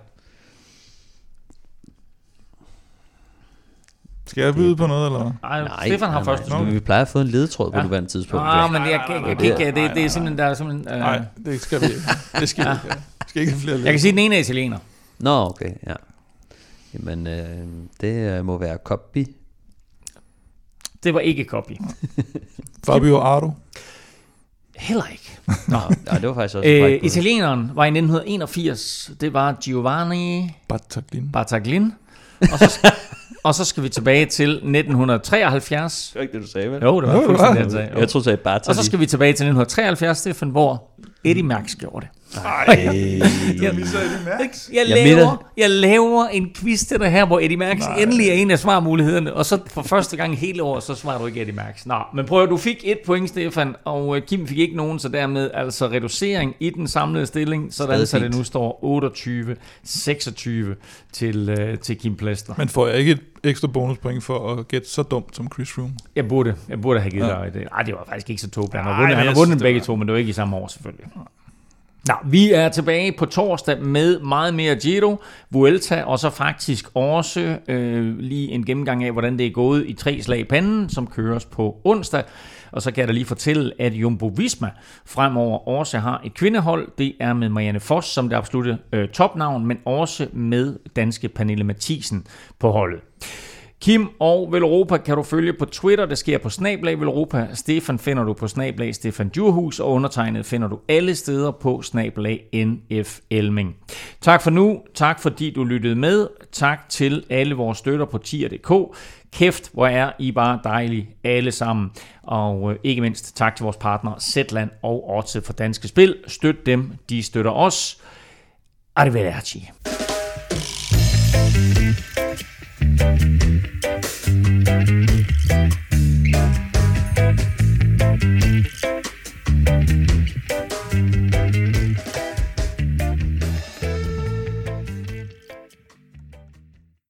Skal jeg byde på noget, eller hvad? Ej, Nej, Stefan har nej, først. nej. Vi plejer at få en ledetråd på Ja. ja. nuværende tidspunkt. Ah, men jeg, jeg, jeg, jeg kan ikke. Det, det er simpelthen, der er simpelthen... Øh, Nej, det skal vi ikke. Det skal vi ikke. have. Vi skal ikke have flere jeg kan sige, at den ene er italiener. Nå, okay, ja. Jamen, øh, det øh, må være Coppi. Det var ikke copy. Fabio Ardo. Heller ikke. Nå. Ja, det var faktisk også et Øh, frækt bud. italieneren var i nitten enogfirs. Det var Giovanni Battaglin. Battaglin. Og så, og så skal vi tilbage til nitten treoghalvfjerds. Det var ikke det, du sagde, vel? Jo, det var Jo, det fuldstændig var. det, jeg sagde. Jo. Jeg troede, du sagde Bartali. Og så skal vi tilbage til nitten treoghalvfjerds, Stefan, hvor Eddie Merckx gjorde det. Ej, Jeg, jeg, Jeg laver, mener- jeg laver en quiz til dig her, hvor Eddie Merckx Nej. endelig er en af svarmulighederne, og så for første gang hele året, så svarer du ikke Eddie Merckx. Nå, men prøv at du fik et point, Stefan, og øh, Kim fik ikke nogen, så dermed altså reducering i den samlede stilling, sådan Stadig så det fint. nu står otteogtyve seksogtyve til, øh, til Kim Plester. Men får jeg ikke et ekstra bonuspoint for at gætte så dumt som Chris Froome? Jeg burde, jeg burde have givet Ja. dig det. Ej, det var faktisk ikke så tåbeligt. Han Nej, har vundet, men han har jeg vundet synes, dem begge det var- to, men det var ikke i samme år selvfølgelig. Nå, vi er tilbage på torsdag med meget mere Giro, Vuelta, og så faktisk også øh, lige en gennemgang af, hvordan det er gået i tre slag i panden, som køres på onsdag. Og så kan jeg da lige fortælle, at Jumbo Visma fremover også har et kvindehold. Det er med Marianne Foss som det absolutte øh, topnavn, men også med danske Pernille Mathisen på holdet. Kim og Velropa kan du følge på Twitter. Det sker på snablag Velropa. Stefan finder du på snablag Stefan Djurhus, og undertegnet finder du alle steder på snablag N F Elming. Tak for nu. Tak fordi du lyttede med. Tak til alle vores støtter på tier punktum d k. Kæft, hvor er I bare dejlige alle sammen. Og øh, ikke mindst tak til vores partnere Zetland og Odset for Danske Spil. Støt dem, de støtter os. Arrivederci.